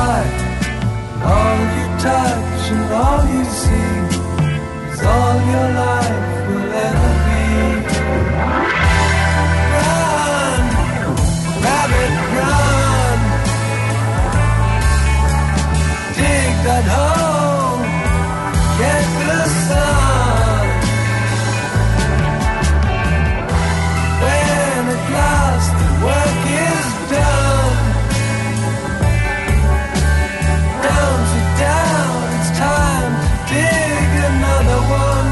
life, all you touch and all you see is all your life will ever be. Run, rabbit, run, dig that hole, get the sun. When at last the work is done, down to down, it's time to dig another one.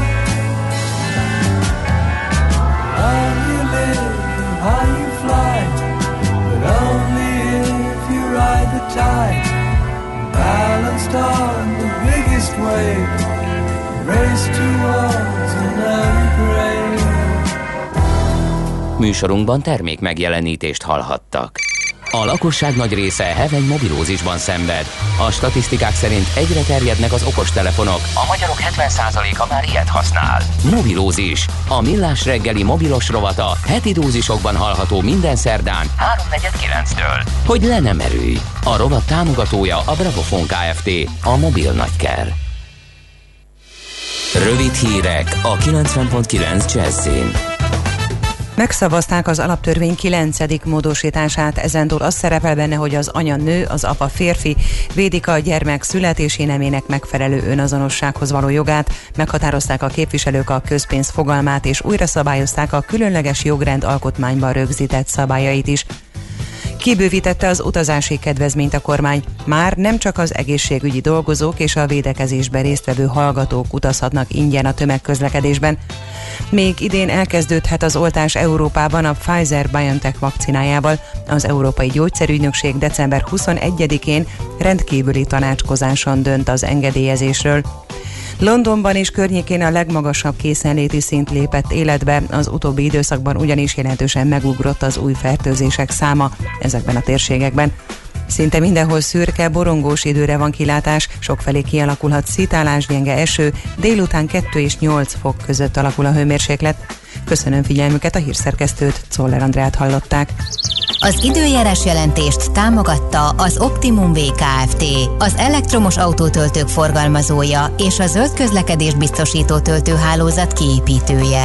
How you live and how you fly, but only if you ride the tide, balanced on the biggest wave, race towards another grave. Műsorunkban termék megjelenítést hallhattak. A lakosság nagy része heveny mobilózisban szenved. A statisztikák szerint egyre terjednek az okostelefonok. A magyarok hetven százaléka már ilyet használ. Mobilózis. A Millás reggeli mobilos rovata heti dózisokban hallható minden szerdán háromnegyed kilenctől. Hogy le nem erőj. A rovat támogatója a Bravofon Kft. A mobil nagyker. Rövid hírek a kilencven pont kilenc Jazzin. Megszavazták az alaptörvény kilencedik módosítását, ezentúl az szerepel benne, hogy az anya nő, az apa férfi, védik a gyermek születési nemének megfelelő önazonossághoz való jogát, meghatározták a képviselők a közpénz fogalmát, és újra szabályozták a különleges jogrend alkotmányban rögzített szabályait is. Kibővítette az utazási kedvezményt a kormány. Már nem csak az egészségügyi dolgozók és a védekezésben résztvevő hallgatók utazhatnak ingyen a tömegközlekedésben. Még idén elkezdődhet az oltás Európában a Pfizer-BioNTech vakcinájával. Az Európai Gyógyszerügynökség december huszonegyedikén rendkívüli tanácskozáson dönt az engedélyezésről. Londonban és környékén a legmagasabb készenléti szint lépett életbe, az utóbbi időszakban ugyanis jelentősen megugrott az új fertőzések száma ezekben a térségekben. Szinte mindenhol szürke, borongós időre van kilátás, sokfelé kialakulhat szitálás, gyenge eső, délután kettő és nyolc fok között alakul a hőmérséklet. Köszönöm figyelmüket, a hírszerkesztőt, Czoller Andrát hallották. Az időjárás jelentést támogatta az Optimum vé Kft., az elektromos autótöltők forgalmazója és a zöld közlekedés biztosító töltőhálózat kiépítője.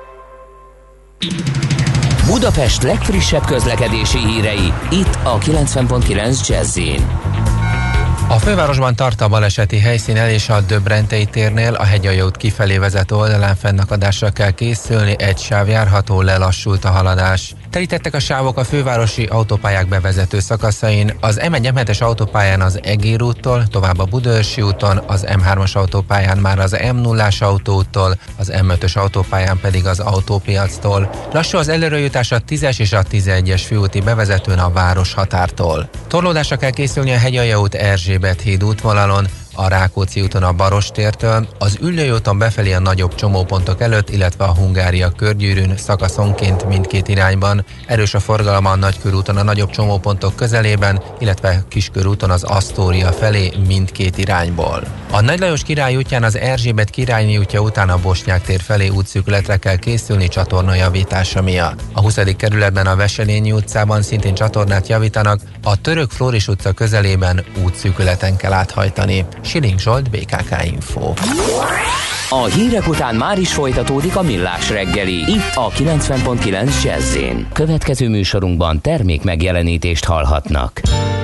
Budapest legfrissebb közlekedési hírei, itt a kilencven pont kilenc Jazzin. A fővárosban tart a baleseti helyszínen és a Döbrentei térnél a Hegyalja út kifelé vezető oldalán fennakadásra kell készülni, egy sáv járható, lelassult a haladás. Telítettek a sávok a fővárosi autópályák bevezető szakaszain, az em egy em hetes autópályán az Egér úttól, tovább a Budaörsi úton, az em hármas autópályán már az em nullás autóúttól, az em ötös autópályán pedig az autópiactól. Lassú az előrejutás a tízes és a tizenegyes főúti bevezetőn a város határtól. Torlódásra kell készülni a Hegyalja út Erzsébet híd útvonalon, a Rákóczi úton a Barostértől, az Üllői úton befelé a nagyobb csomópontok előtt, illetve a Hungária körgyűrűn szakaszonként mindkét irányban. Erős a forgalom a Nagykörúton a nagyobb csomópontok közelében, illetve Kiskörúton az Asztória felé mindkét irányból. A Nagy Lajos Király útján az Erzsébet Királyné útja után a Bosnyák tér felé útszűkületre kell készülni csatornajavítása miatt. A huszadik kerületben a Veselényi utcában szintén csatornát javítanak, a Török Flóris utca közelében útszűkületen kell áthajtani. Siling Zsolt, bé ká ká Info. A hírek után már is folytatódik a Millás reggeli, itt a kilencven pont kilenc Jazzin. Következő műsorunkban termék megjelenítést hallhatnak.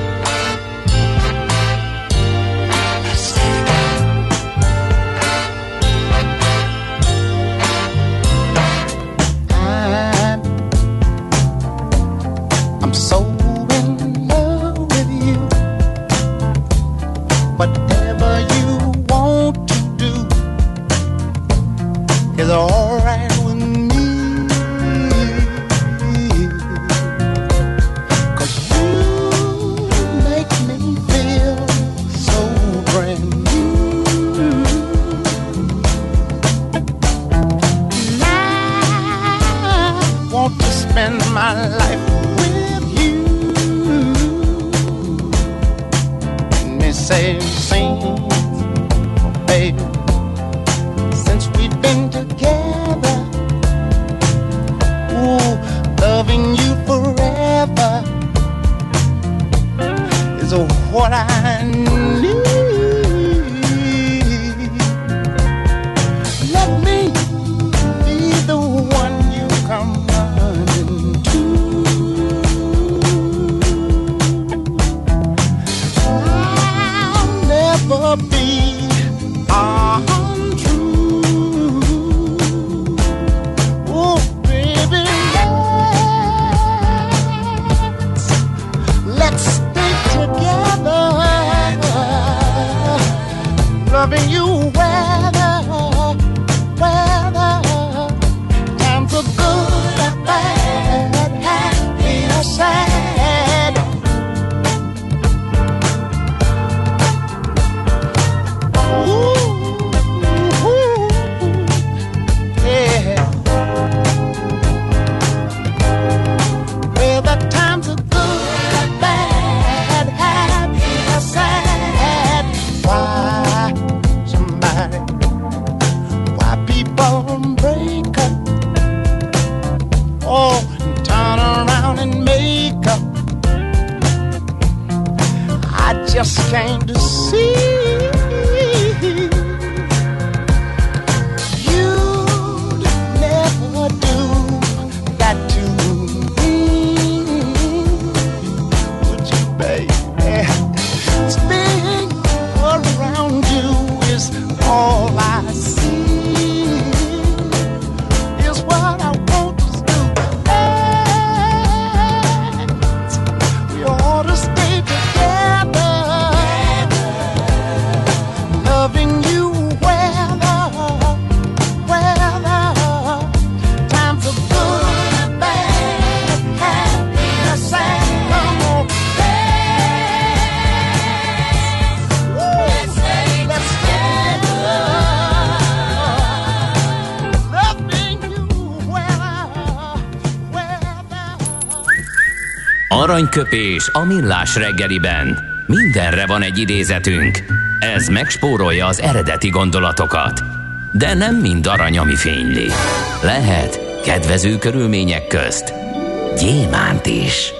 I'm so in love with you. Whatever you want to do is all right with me. 'Cause you make me feel so brand new. And I want to spend my life with you. And they say, sing, baby, since we've been together, ooh, loving you forever is is what I need. Let me be the one you come running to. I'll never be untrue. Oh, baby, let's stay together, loving you weather, weather, times are good and bad, happy or sad. Ooh, ooh, yeah. Well, the times are good and bad, happy or sad. Why somebody, why people break up, oh, and turn around and make up. I just came to see you'd never do that to me, would you, baby? Spinning around you is all I see, is what I want to do. Hey, we ought to stay together, loving you weather, weather, times are good and bad, happy or sad. Come on, let's stay together, loving you weather, weather. Aranyköpés a millás reggeliben. Mindenre van egy idézetünk. Ez megspórolja az eredeti gondolatokat. De nem mind arany, ami fényli. Lehet kedvező körülmények közt gyémánt is.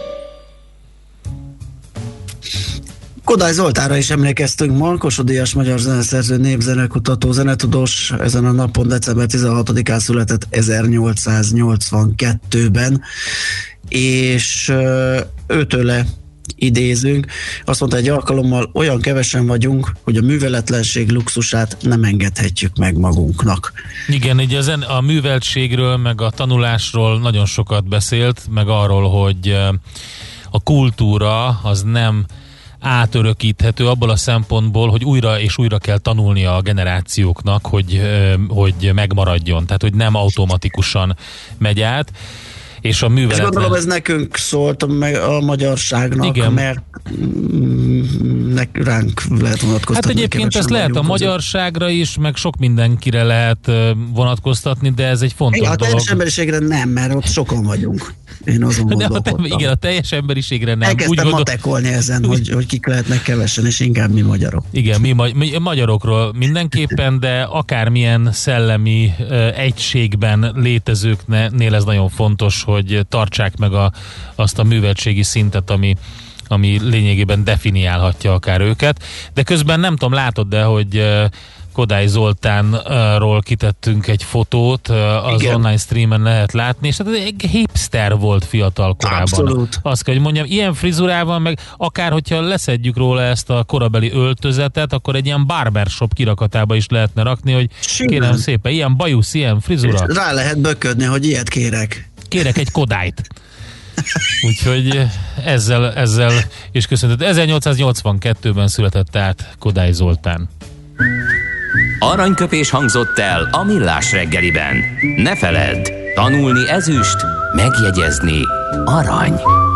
Kodály Zoltánra is emlékeztünk, ma, Kossuth Díjas magyar zeneszerző, népzenekutató, zenetudós, ezen a napon december tizenhatodikán született ezernyolcszáznyolcvankettőben, és ö, őtőle idézünk. Azt mondta egy alkalommal, olyan kevesen vagyunk, hogy a műveletlenség luxusát nem engedhetjük meg magunknak. Igen, így a, zen- a műveltségről, meg a tanulásról nagyon sokat beszélt, meg arról, hogy eh, a kultúra az nem átörökíthető abból a szempontból, hogy újra és újra kell tanulnia a generációknak, hogy, eh, hogy megmaradjon, tehát hogy nem automatikusan megy át. És a műveletlen... És gondolom ez nekünk szólt meg a magyarságnak, igen, mert nek, ránk lehet vonatkoztatni. Hát egyébként ezt lehet a magyarságra is, meg sok mindenkire lehet vonatkoztatni, de ez egy fontos igen, dolog. A teljes emberiségre nem, mert ott sokan vagyunk. Én azon gondolkodtam. Igen, a teljes emberiségre nem. Elkezdtem úgy gondol... matekolni ezen, hogy, hogy kik lehetnek kevesen, és inkább mi magyarok. Igen, mi, ma- mi magyarokról mindenképpen, de akármilyen szellemi uh, egységben létezőknél ez nagyon fontos, hogy tartsák meg a, azt a műveltségi szintet, ami, ami lényegében definiálhatja akár őket. De közben nem tudom, látod, de hogy uh, Kodály Zoltánról kitettünk egy fotót, az igen, online streamen lehet látni, és hát egy hipster volt fiatal korában. Abszolút. Azt kell, hogy mondjam, ilyen frizurával, meg akár hogyha leszedjük róla ezt a korabeli öltözetet, akkor egy ilyen barbershop kirakatába is lehetne rakni, hogy simán, kérem szépen, ilyen bajusz, ilyen frizura. És rá lehet böködni, hogy ilyet kérek. Kérek egy Kodályt. Úgyhogy ezzel, ezzel és köszöntet. ezernyolcszáznyolcvankettőben született át Kodály Zoltán. Aranyköpés hangzott el a millás reggeliben. Ne feledd, tanulni ezüst, megjegyezni arany.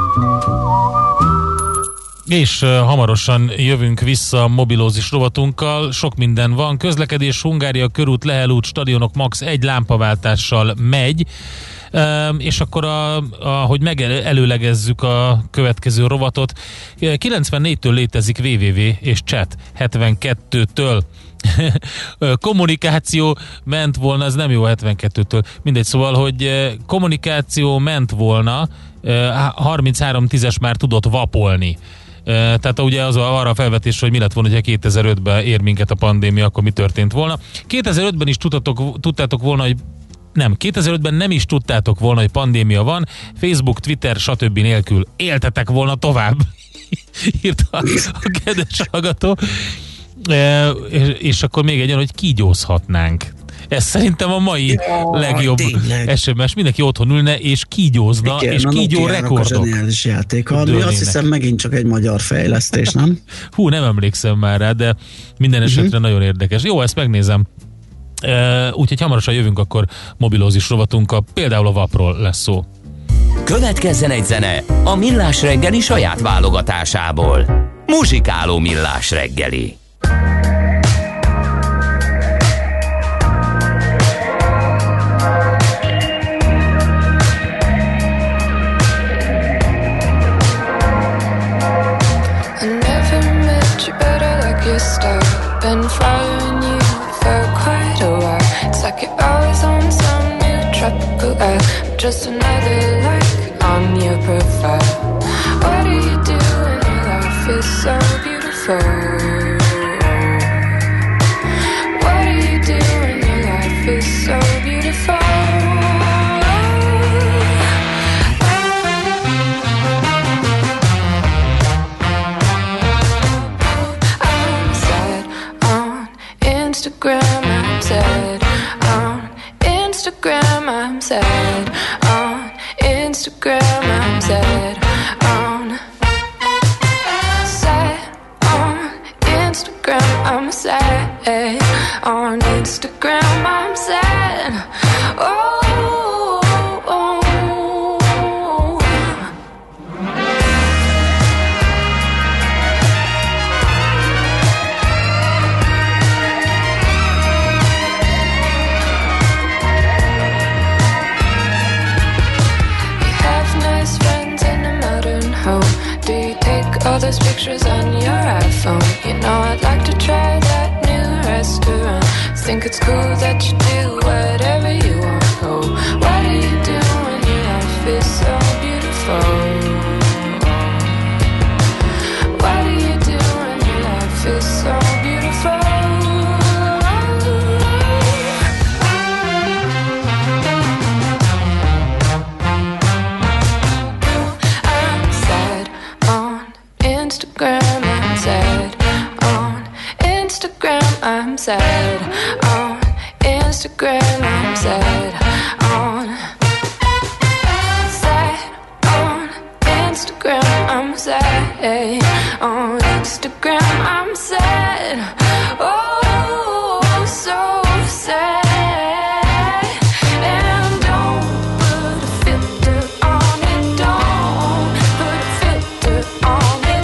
És uh, hamarosan jövünk vissza a mobilózis rovatunkkal. Sok minden van. Közlekedés, Hungária körút, Lehel út, stadionok max. egy lámpaváltással megy. Uh, és akkor, a, a, hogy megelőlegezzük a következő rovatot, kilencvennégytől létezik www és chat hetvenkettőtől. Kommunikáció ment volna, ez nem jó hetvenkettőtől, mindegy, szóval, hogy kommunikáció ment volna, harminchárom tízes már tudott vapolni. Tehát ugye az arra a felvetés, hogy mi lett volna, hogyha kétezer-ötben ér minket a pandémia, akkor mi történt volna. kétezer-ötben is tudtatok, tudtátok volna, hogy nem, kétezer-ötben nem is tudtátok volna, hogy pandémia van, Facebook, Twitter, stb. Nélkül éltetek volna tovább, írta a kedves hallgató. E, és, és akkor még egy olyan, hogy kígyózhatnánk. Ez szerintem a mai Jaj, legjobb tényleg. es em es. Mindenki otthon ülne, és kígyózna, igen, és kígyó rekordok. Játék. Mi azt hiszem megint csak egy magyar fejlesztés, nem? Hú, nem emlékszem már rá, de minden esetre uh-huh. nagyon érdekes. Jó, ezt megnézem. Uh, úgyhogy hamarosan jövünk, akkor mobilózis rovatunkkal, például a vapról lesz szó. Következzen egy zene a Millás reggeli saját válogatásából. Muzsikáló Millás reggeli. Been following you for quite a while. It's like you're always on some new tropical app. Just another like on your profile. What do you do when your life is so beautiful? What do you do when your life is so beautiful? Instagram, I'm sad. On Instagram, I'm sad. On Instagram, I'm sad. On sad. On Instagram, I'm sad. On Instagram, I'm sad. Oh. All those pictures on your iPhone. You know I'd like to try that new restaurant. Think it's cool that you do whatever you want. Oh, what do you do when your life is so beautiful? What do you do when your life is so beautiful? Instagram, I'm sad. On Instagram, I'm sad. On Instagram, I'm sad. On sad. On Instagram, I'm sad. On Instagram, I'm sad. Oh, so sad. And don't put a filter on it. Don't put a filter on it.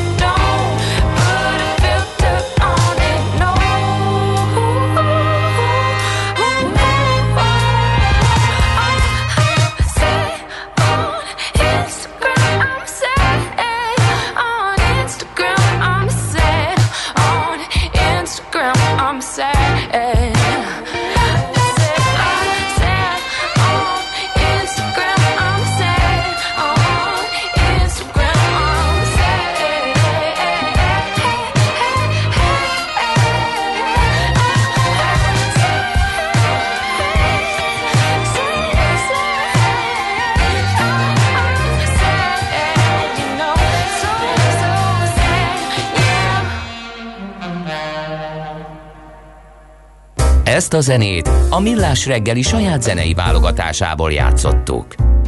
Ezt a zenét a Millás reggeli saját zenei válogatásából játszottuk.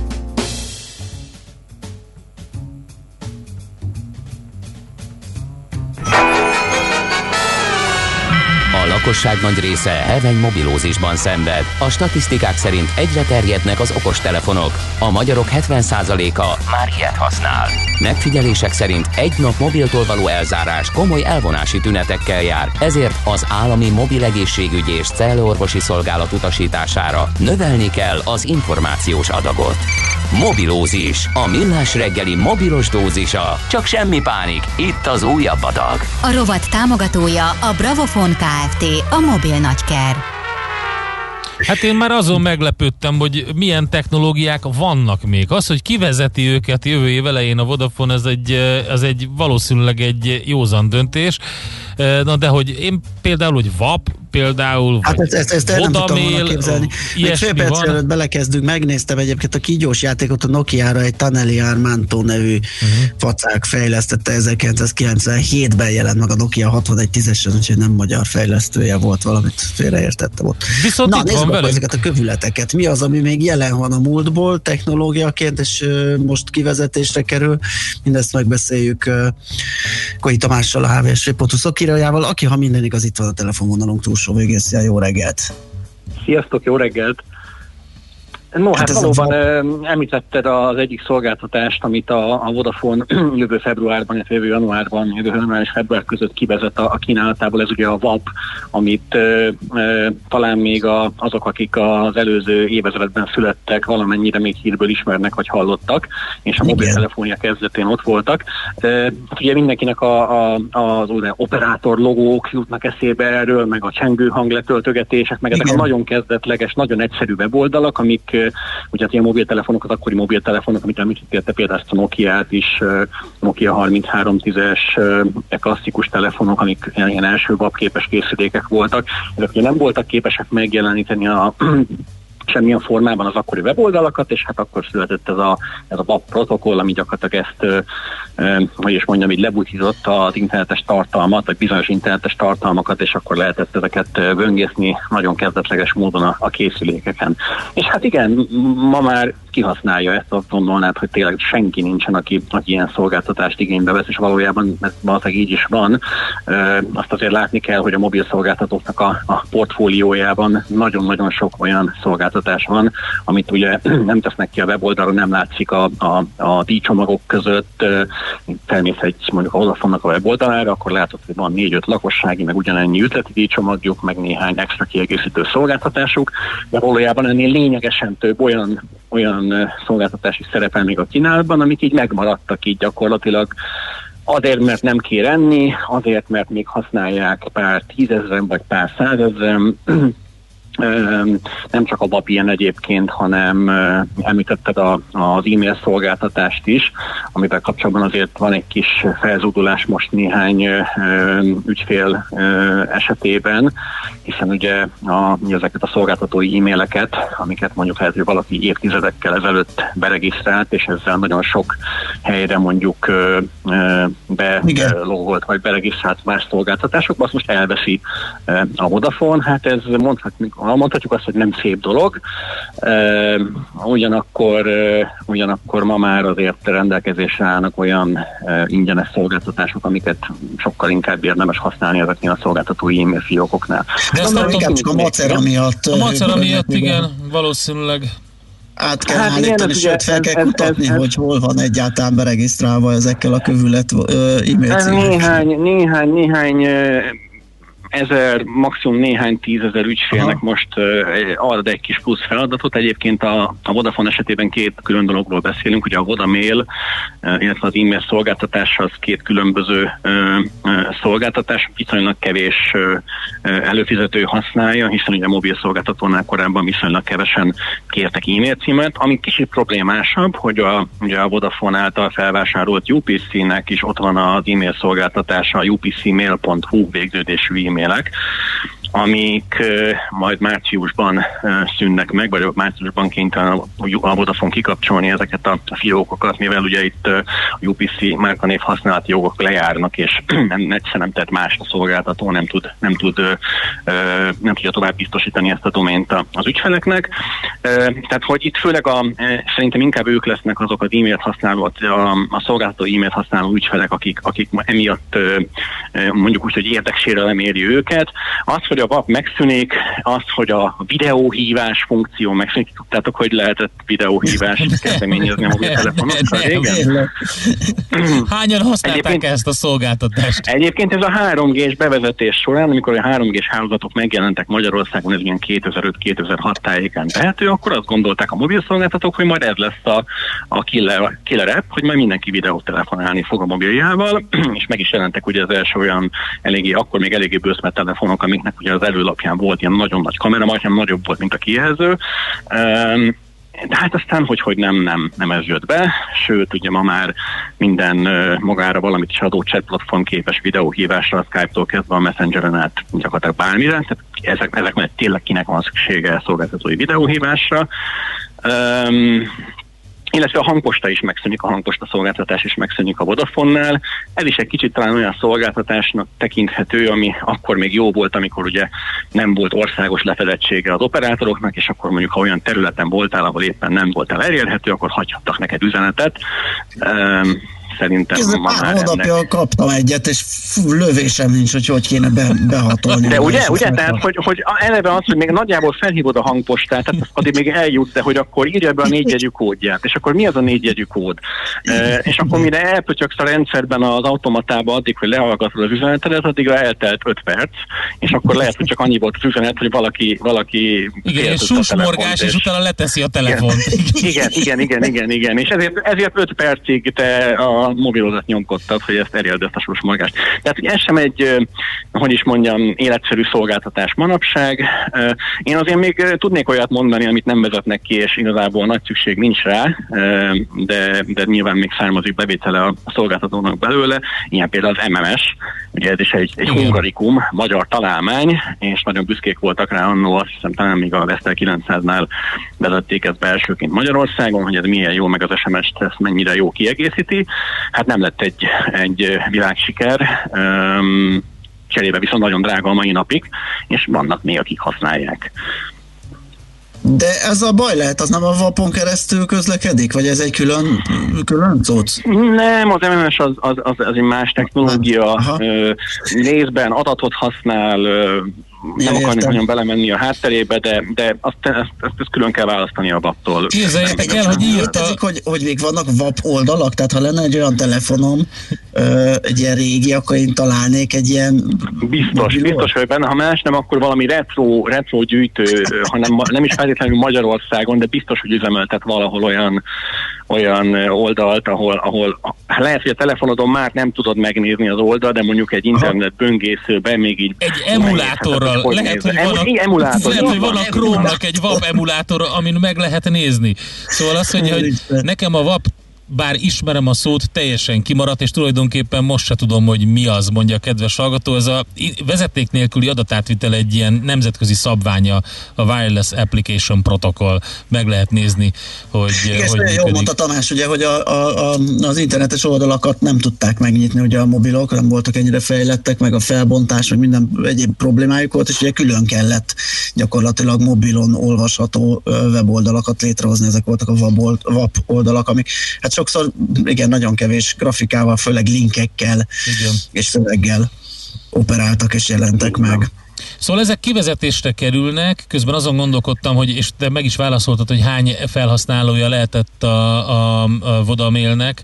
A lakosság nagy része heveny mobilózisban szenved. A statisztikák szerint egyre terjednek az okostelefonok. A magyarok hetven százaléka már ilyet használ. Megfigyelések szerint egy nap mobiltól való elzárás komoly elvonási tünetekkel jár, ezért az állami mobil egészségügyi és cellorvosi szolgálat utasítására növelni kell az információs adagot. Mobilózis, a Millás reggeli mobilos dózisa. Csak semmi pánik, itt az újabb adag. A rovat támogatója a Bravofon Kft., a mobil nagyker. Hát én már azon meglepődtem, hogy milyen technológiák vannak még. Az, hogy kivezeti őket jövő év elején a Vodafone, ez egy, ez egy valószínűleg egy józan döntés. Na de hogy én például, hogy vé á pé, például, hát ezt, ezt, ezt el nem tudtam volna képzelni. Még fél perc előtt belekezdünk, megnéztem egyébként a kígyós játékot, a Nokiára egy Taneli Armanto nevű uh-huh. facák fejlesztette, ezerkilencszázkilencvenhétben jelent meg a Nokia hatvanegy tízesen, úgyhogy nem magyar fejlesztője volt, valamit félreértettem ott. Viszont na, nézzük akkor ezeket a kövületeket. Mi az, ami még jelen van a múltból technológiaként, és uh, most kivezetésre kerül? Mindezt megbeszéljük uh, Koi Tamással, a há vé es pont hu szakírójával, aki, ha minden igaz, itt van a telefonvonalunk túlsó végészje. Jó reggelt! Sziasztok, jó reggelt! No, hát, hát valóban a... említetted az egyik szolgáltatást, amit a, a Vodafone jövő februárban, illetve jövő januárban, jövő január és február között kivezet a, a kínálatából, ez ugye a vé á pé, amit e, e, talán még a, azok, akik az előző évezredben születtek, valamennyire még hírből ismernek, vagy hallottak, és a mobiltelefonja kezdetén ott voltak. E, hát ugye mindenkinek a, a, az operátor logók jutnak eszébe erről, meg a csengő hangletöltögetések, meg ezek a nagyon kezdetleges, nagyon egyszerű weboldalak, amik ugye ilyen mobiltelefonokat, akkori mobiltelefonok, amit említettél, például ezt a Nokiát is, Nokia harminchárom tízes klasszikus telefonok, amik ilyen első vé á pé képes készülékek voltak. Ezek ugye nem voltak képesek megjeleníteni a semmilyen formában az akkori weboldalakat, és hát akkor született ez a, ez a vé á pé protokoll, ami gyakorlatilag ezt, e, hogy is mondjam, így lebutyizott az internetes tartalmat, vagy bizonyos internetes tartalmakat, és akkor lehetett ezeket vöngészni nagyon kezdetleges módon a, a készülékeken. És hát igen, ma már kihasználja ezt, azt gondolnád, hogy tényleg senki nincsen, aki, aki ilyen szolgáltatást igénybe vesz, és valójában ez valószínűleg így is van. E, azt azért látni kell, hogy a mobil szolgáltatóknak a, a portfóliójában nagyon-nagyon sok olyan szolgáltatás van, amit ugye nem tesznek ki a weboldalon, nem látszik a, a, a díjcsomagok között. Felmész egy mondjuk a Vodafone-nak a weboldalára, akkor látod, hogy van négy-öt lakossági, meg ugyanennyi üzleti díjcsomagjuk, meg néhány extra kiegészítő szolgáltatásuk, de valójában ennél lényegesen több olyan, olyan szolgáltatási szerepel még a kínálatban, amik így megmaradtak így gyakorlatilag. Azért, mert nem kér enni, azért, mert még használják pár tízezren, vagy pár százezren. Nem csak a vé á pé ilyen egyébként, hanem említetted a, az e-mail szolgáltatást is, amivel kapcsolatban azért van egy kis felzúdulás most néhány ügyfél esetében, hiszen ugye a, ezeket a szolgáltatói e-maileket, amiket mondjuk lehet, hogy valaki évtizedekkel ezelőtt beregisztrált, és ezzel nagyon sok helyre mondjuk belogolt, vagy beregisztrált más szolgáltatásokba, azt most elveszi a Vodafone. Hát ez mondhatjuk, mondhatjuk azt, hogy nem szép dolog. Uh, ugyanakkor, uh, ugyanakkor ma már azért rendelkezésre állnak olyan uh, ingyenes szolgáltatások, amiket sokkal inkább érdemes használni ezeknél a szolgáltatói e-mail fiókoknál. De azt nem inkább csak a macera miatt. A macera miatt, igen, valószínűleg. Át kell hát állítani, sőt fel kell ez, kutatni, ez, ez, hogy hol van egyáltalán beregisztrálva ezekkel a kövület uh, e-mail címekkel. Néhány, néhány, néhány uh, ezer, maximum néhány tízezer ügyfélnek Aha. most uh, ad egy kis plusz feladatot. Egyébként a, a Vodafone esetében két külön dologról beszélünk, ugye a Vodamail, uh, illetve az e-mail szolgáltatás az két különböző uh, uh, szolgáltatás, viszonylag kevés uh, uh, előfizető használja, hiszen ugye a mobil szolgáltatónál korábban viszonylag kevesen kértek e-mail címet, ami kicsit problémásabb, hogy a, ugye a Vodafone által felvásárolt u pé cé-nek is ott van az e-mail szolgáltatása, a u p c mail pont h u végződésű e-mail amik uh, majd márciusban uh, szűnnek meg, vagy márciusban kénytelen a Vodafone kikapcsolni ezeket a fiókokat, mivel ugye itt uh, a u pé cé márkanév használati jogok lejárnak, és nem, egyszer nem tett más a szolgáltató, nem tud, nem tud uh, uh, nem tudja tovább biztosítani ezt a domént az ügyfeleknek. Uh, tehát, hogy itt főleg a, uh, szerintem inkább ők lesznek azok az e-mailt használó, a, a szolgáltató e-mailt használó ügyfelek, akik, akik emiatt uh, uh, mondjuk úgy, hogy érdeksérelem éri őket. Az, hogy a vé á pé megszűnik, az, hogy a videóhívás funkció megszűnik. Tudtátok, hogy lehetett videóhívást kezdeményezni a mobiltelefonokkal régen? Hányan használták egyébként, ezt a szolgáltatást? Egyébként ez a három gés bevezetés során, amikor a három gés hálózatok megjelentek Magyarországon, ez ilyen kétezer-öt kétezer-hat tájékán tehető, akkor azt gondolták a mobilszolgáltatók, hogy majd ez lesz a, a killer, killer app, hogy majd mindenki videótelefonálni fog a mobiljával, és meg is jelentek ugye az első olyan eléggé, akkor még eléggé bőszmet telefonok, amiknek ugye az előlapján volt ilyen nagyon nagy kamera, majdnem nagyobb volt, mint a kijelző. De hát aztán, hogy, hogy nem, nem, nem ez jött be, sőt, ugye ma már minden uh, magára valamit is adó chat platform képes videóhívásra, a Skype-tól kezdve a Messengeren át gyakorlatilag bármire, tehát ezek, ezek mellett tényleg kinek van szüksége szolgáltatói videóhívásra. Um, illetve a hangposta is megszűnik, a hangposta szolgáltatás is megszűnik a Vodafone-nál. Ez is egy kicsit talán olyan szolgáltatásnak tekinthető, ami akkor még jó volt, amikor ugye nem volt országos lefedettsége az operátoroknak, és akkor mondjuk, ha olyan területen voltál, ahol éppen nem voltál elérhető, akkor hagyhattak neked üzenetet. Um, Szerintem ez ma pár hónapja ennek... kaptam egyet, és fú, lövésem nincs, hogy hogy kéne be, behatolni. De ugye, ugye tehát, hogy, hogy eleve az, hogy még nagyjából felhívod a hangpostát, tehát addig még eljutsz, de hogy akkor írja be a négyjegyű kódját, és akkor mi az a négyjegyű kód? E, és akkor mire elpötyöksz a rendszerben az automatába addig, hogy lehallgatod az üzenetedet, addigra eltelt öt perc, és akkor lehet, hogy csak annyi volt az üzenet, hogy valaki... valaki igen, és susmorgás, és, és utána leteszi a telefont. Igen, igen, igen, igen, igen, és ezért, ezért öt percig te a a mobilodat nyomkodtad, hogy ezt elérd ezt a susmorgást. Tehát ez sem egy, hogy is mondjam, életszerű szolgáltatás manapság. Én azért még tudnék olyat mondani, amit nem vezetnek ki, és igazából nagy szükség nincs rá, de, de nyilván még származik bevétele a szolgáltatónak belőle. Ilyen például az em em es, ugye ez is egy, egy hungarikum, magyar találmány, és nagyon büszkék voltak rá annól, azt hiszem talán még a Vestel kilencszáznál vezették ezt be elsőként Magyarországon, hogy ez milyen jó, meg az es em es-t ezt mennyire jó kiegészíti. Hát nem lett egy, egy világsiker, um, cserébe viszont nagyon drága a mai napig, és vannak még, akik használják. De ez a baj lehet, az nem a vapon keresztül közlekedik? Vagy ez egy külön, külön cucc? Nem, az em em es az, az, az, az egy más technológia. Aha. Részben adatot használ, nem akarnék nagyon belemenni a hátterébe, de, de azt, ezt, ezt, ezt külön kell választani a vaptól. Képzeljétek el, hogy írta... Ezek, hogy, hogy még vannak vap oldalak, tehát ha lenne egy olyan telefonom, egy ilyen régi, akkor én találnék egy ilyen... Biztos, biztos, hogy benne, ha más nem, akkor valami retro, retro gyűjtő, hanem nem is feltétlenül Magyarországon, de biztos, hogy üzemeltet valahol olyan olyan oldalt, ahol, ahol lehet, hogy a telefonodon már nem tudod megnézni az oldalt, de mondjuk egy internet böngészőben még így... Egy emulátorral. Hogy lehet, hogy van a, emulátor, lehet, hogy van a Chrome-nak egy vap emulátor, amin meg lehet nézni. Szóval azt mondja, hogy nekem a vap, bár ismerem a szót, teljesen kimaradt, és tulajdonképpen most se tudom, hogy mi az, mondja a kedves hallgató. Ez a vezeték nélküli adatátvitel egy ilyen nemzetközi szabványa, a Wireless Application Protocol. Meg lehet nézni, hogy igen, hogy jól mondta Tamás, ugye, hogy a, a, a, az internetes oldalakat nem tudták megnyitni, ugye a mobilok, nem voltak ennyire fejlettek, meg a felbontás, vagy minden egyéb problémájuk volt, és ugye külön kellett gyakorlatilag mobilon olvasható weboldalakat létrehozni, ezek voltak a vap oldalak, amik hát sokszor, igen, nagyon kevés grafikával, főleg linkekkel igen. és szöveggel operáltak és jelentek igen. meg. Szóval ezek kivezetésre kerülnek, közben azon gondolkodtam, hogy, és te meg is válaszoltad, hogy hány felhasználója lehetett a, a, a Vodamailnek,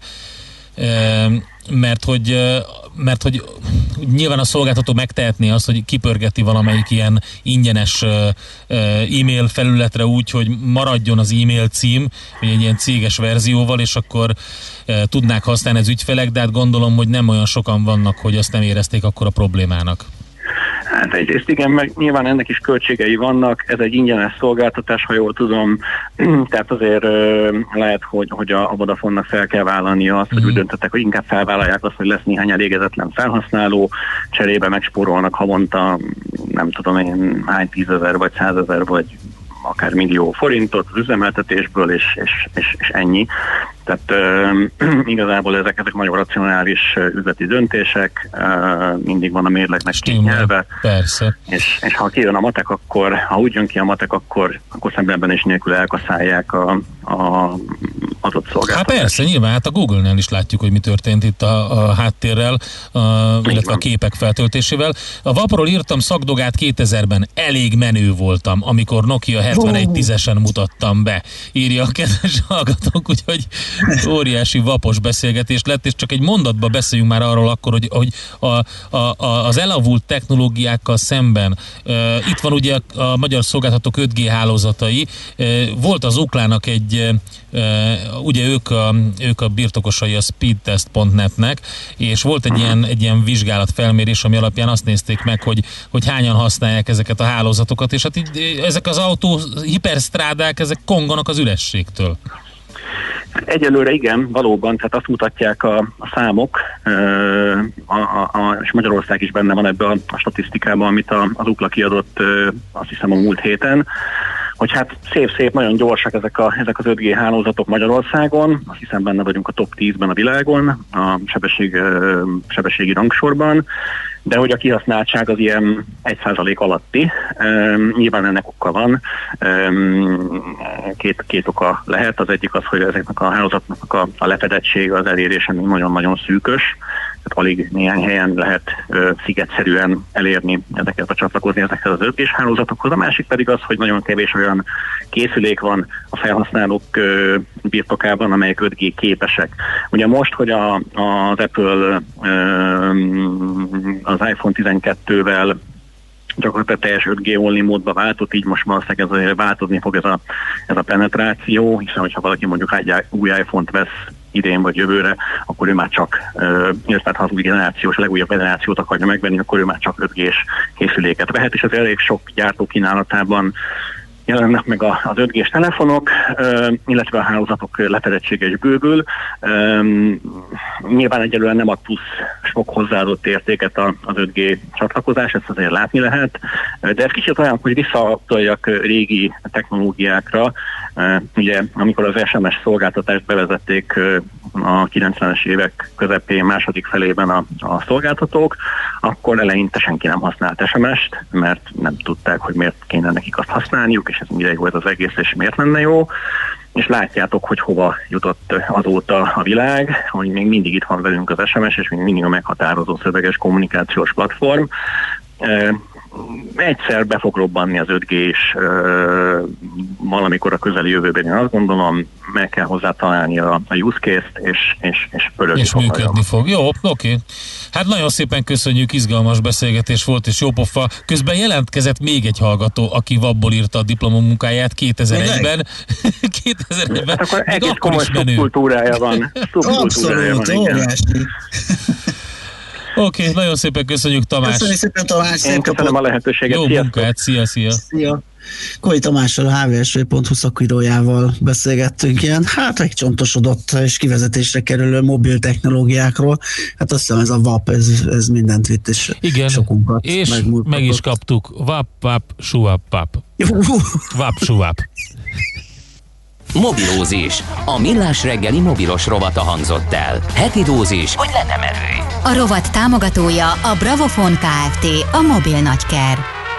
mert hogy, mert hogy nyilván a szolgáltató megtehetné azt, hogy kipörgeti valamelyik ilyen ingyenes e-mail felületre úgy, hogy maradjon az e-mail cím, vagy egy ilyen céges verzióval, és akkor tudnák használni az ügyfelek, de hát gondolom, hogy nem olyan sokan vannak, hogy azt nem érezték akkor a problémának. Hát egyrészt igen, meg nyilván ennek is költségei vannak, ez egy ingyenes szolgáltatás, ha jól tudom, tehát azért lehet, hogy, hogy a, a Vodafone-nak fel kell vállalnia azt, hogy úgy döntöttek, hogy inkább felvállalják azt, hogy lesz néhány elégezetlen felhasználó, cserébe megspórolnak havonta, nem tudom én, hány tízezer, vagy százezer, vagy akár millió forintot az üzemeltetésből, és, és, és, és ennyi. Tehát uh, igazából ezek, ezek nagyon racionális üzleti döntések, uh, mindig van a mérlegnek két nyelve. Persze. És, és ha kijön a matek, akkor, ha úgy jön ki a matek, akkor, akkor szemben is nélkül elkaszálják a, a adott szolgáltatást. Hát persze, nyilván, hát a Google-nél is látjuk, hogy mi történt itt a, a háttérrel, a, illetve a képek feltöltésével. A vapról írtam szakdogát kétezerben, elég menő voltam, amikor Nokia hetvenegy tízesen mutattam be, írja a kedves hallgatók, úgyhogy óriási vapos beszélgetés lett, és csak egy mondatba beszéljünk már arról akkor, hogy, hogy a, a, a, az elavult technológiákkal szemben uh, itt van ugye a, a magyar szolgáltatók öt G hálózatai, uh, volt az Oklának egy uh, ugye ők a, ők a birtokosai a speedtest pont netnek, és volt egy ilyen, egy ilyen vizsgálatfelmérés, ami alapján azt nézték meg, hogy, hogy hányan használják ezeket a hálózatokat, és hát így, ezek az autó hiperstrádák, ezek konganak az ürességtől. Egyelőre igen, valóban, tehát azt mutatják a, a számok, a, a, a, és Magyarország is benne van ebben a, a statisztikában, amit a, az Ukla kiadott, azt hiszem a múlt héten, hogy hát szép-szép, nagyon gyorsak ezek, a, ezek az öt G hálózatok Magyarországon, azt hiszem benne vagyunk a top tízben a világon, a sebesség, sebességi rangsorban, de hogy a kihasználtság az ilyen egy százalék alatti. Um, nyilván ennek oka van. Um, két, két oka lehet. Az egyik az, hogy ezeknek a hálózatnak a, a lefedettsége, az elérése nagyon-nagyon szűkös. Tehát alig néhány helyen lehet uh, szigetszerűen elérni ezeket, vagy csatlakozni ezekhez az öt G-s hálózatokhoz. A másik pedig az, hogy nagyon kevés olyan készülék van a felhasználók uh, birtokában, amelyek öt G képesek. Ugye most, hogy a, az Apple uh, az iPhone tizenkettővel gyakorlatilag teljes öt G only módba váltott, így most valószínűleg ez változni fog ez a, ez a penetráció, hiszen hogyha valaki mondjuk egy új iPhone-t vesz idén vagy jövőre, akkor ő már csak, illetve ha az új generációs, a legújabb generációt akarja megvenni, akkor ő már csak öt G-s készüléket vehet, és az elég sok gyártó kínálatában jelennek meg az öt G-s telefonok, illetve a hálózatok lefedettsége is bővül. Nyilván egyelőre nem ad plusz sok hozzáadott értéket az öt G csatlakozás, ezt azért látni lehet, de ez kicsit olyan, hogy visszatoljak régi technológiákra. Ugye, amikor az es em es szolgáltatást bevezették a kilencvenes évek közepén, második felében a, a szolgáltatók, akkor eleinte senki nem használt es em est, mert nem tudták, hogy miért kéne nekik azt használniuk, és ez mindegy volt az egész, és miért lenne jó. És látjátok, hogy hova jutott azóta a világ, hogy még mindig itt van velünk az es em es, és még mindig a meghatározó szöveges kommunikációs platform. Egyszer be fog robbanni az öt G is valamikor a közeli jövőben, én azt gondolom, meg kell hozzá találni a, a use case-t, és, és, és pörögni és fog. És működni fog. Jó, oké. Okay. Hát nagyon szépen köszönjük, izgalmas beszélgetés volt, és jó pofa. Közben jelentkezett még egy hallgató, aki vabból írta a diplomamunkáját kétezer-egyben. kétezer-egyben. Hát akkor egész komoly szubkultúrája van. Szubkultúrája van, igen. Oké, okay, nagyon szépen köszönjük, Tamás. Köszönjük szépen, Tamás. Én köszönöm a lehetőséget. Jó Sziasztok. munkát, szia, szia. Szia. Koi Tamással, a há vé es vé pont hú szakírójával beszélgettünk ilyen, hát egy csontosodott és kivezetésre kerülő mobil technológiákról. Hát azt hiszem ez a vap, ez, ez mindent vitt, és igen, sokunkat és meg is kaptuk. Vap, vap, suvap, pap. Vap, suvap. Mobilózis. A millás reggeli mobilos rovata hangzott el. Heti dózis, hogy lenne merő. A rovat támogatója a Bravofon Kft. A mobil nagyker.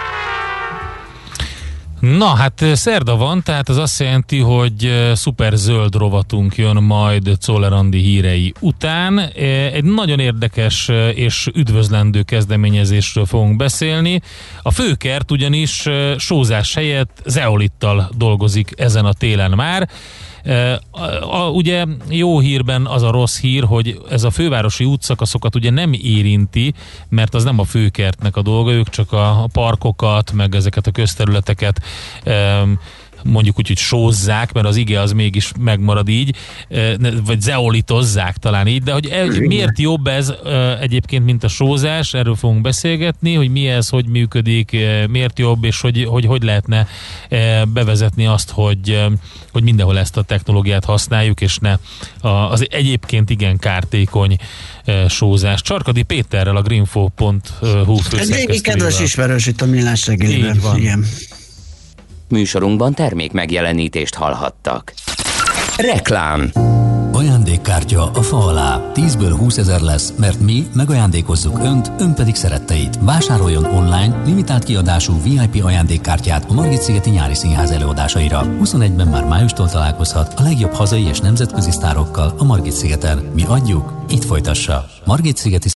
Na, hát szerda van, tehát az azt jelenti, hogy szuper zöld rovatunk jön majd Czoller Andi hírei után. Egy nagyon érdekes és üdvözlendő kezdeményezésről fogunk beszélni. A Főkert ugyanis sózás helyett zeolittal dolgozik ezen a télen már. A, a, ugye jó hírben az a rossz hír, hogy ez a fővárosi útszakaszokat ugye nem érinti, mert az nem a Főkertnek a dolga, ők csak a parkokat, meg ezeket a közterületeket mondjuk úgy, hogy sózzák, mert az ige az mégis megmarad így, vagy zeolitozzák talán így, de hogy miért jobb ez egyébként, mint a sózás, erről fogunk beszélgetni, hogy mi ez, hogy működik, miért jobb, és hogy hogy, hogy lehetne bevezetni azt, hogy, hogy mindenhol ezt a technológiát használjuk, és ne az egyébként igen kártékony sózás. Csarkadi Péterrel, a greenfo pont hu főszerkesztőjével. Egy kedves ismerős itt a Millás reggeliben. Így van. Igen. Műsorunkban termék megjelenítést hallhattak. Reklám. Ajándékkártya a fa alá. tízből húszezer lesz, mert mi megajándékozzuk Önt, Ön pedig szeretteit. Vásároljon online limitált kiadású vé i pé ajándékkártyát a Margit-szigeti nyári színház előadásaira. huszonegyben már májustól találkozhat a legjobb hazai és nemzetközi sztárokkal a Margit-szigeten. Mi adjuk, itt folytassa. Margit-szigeti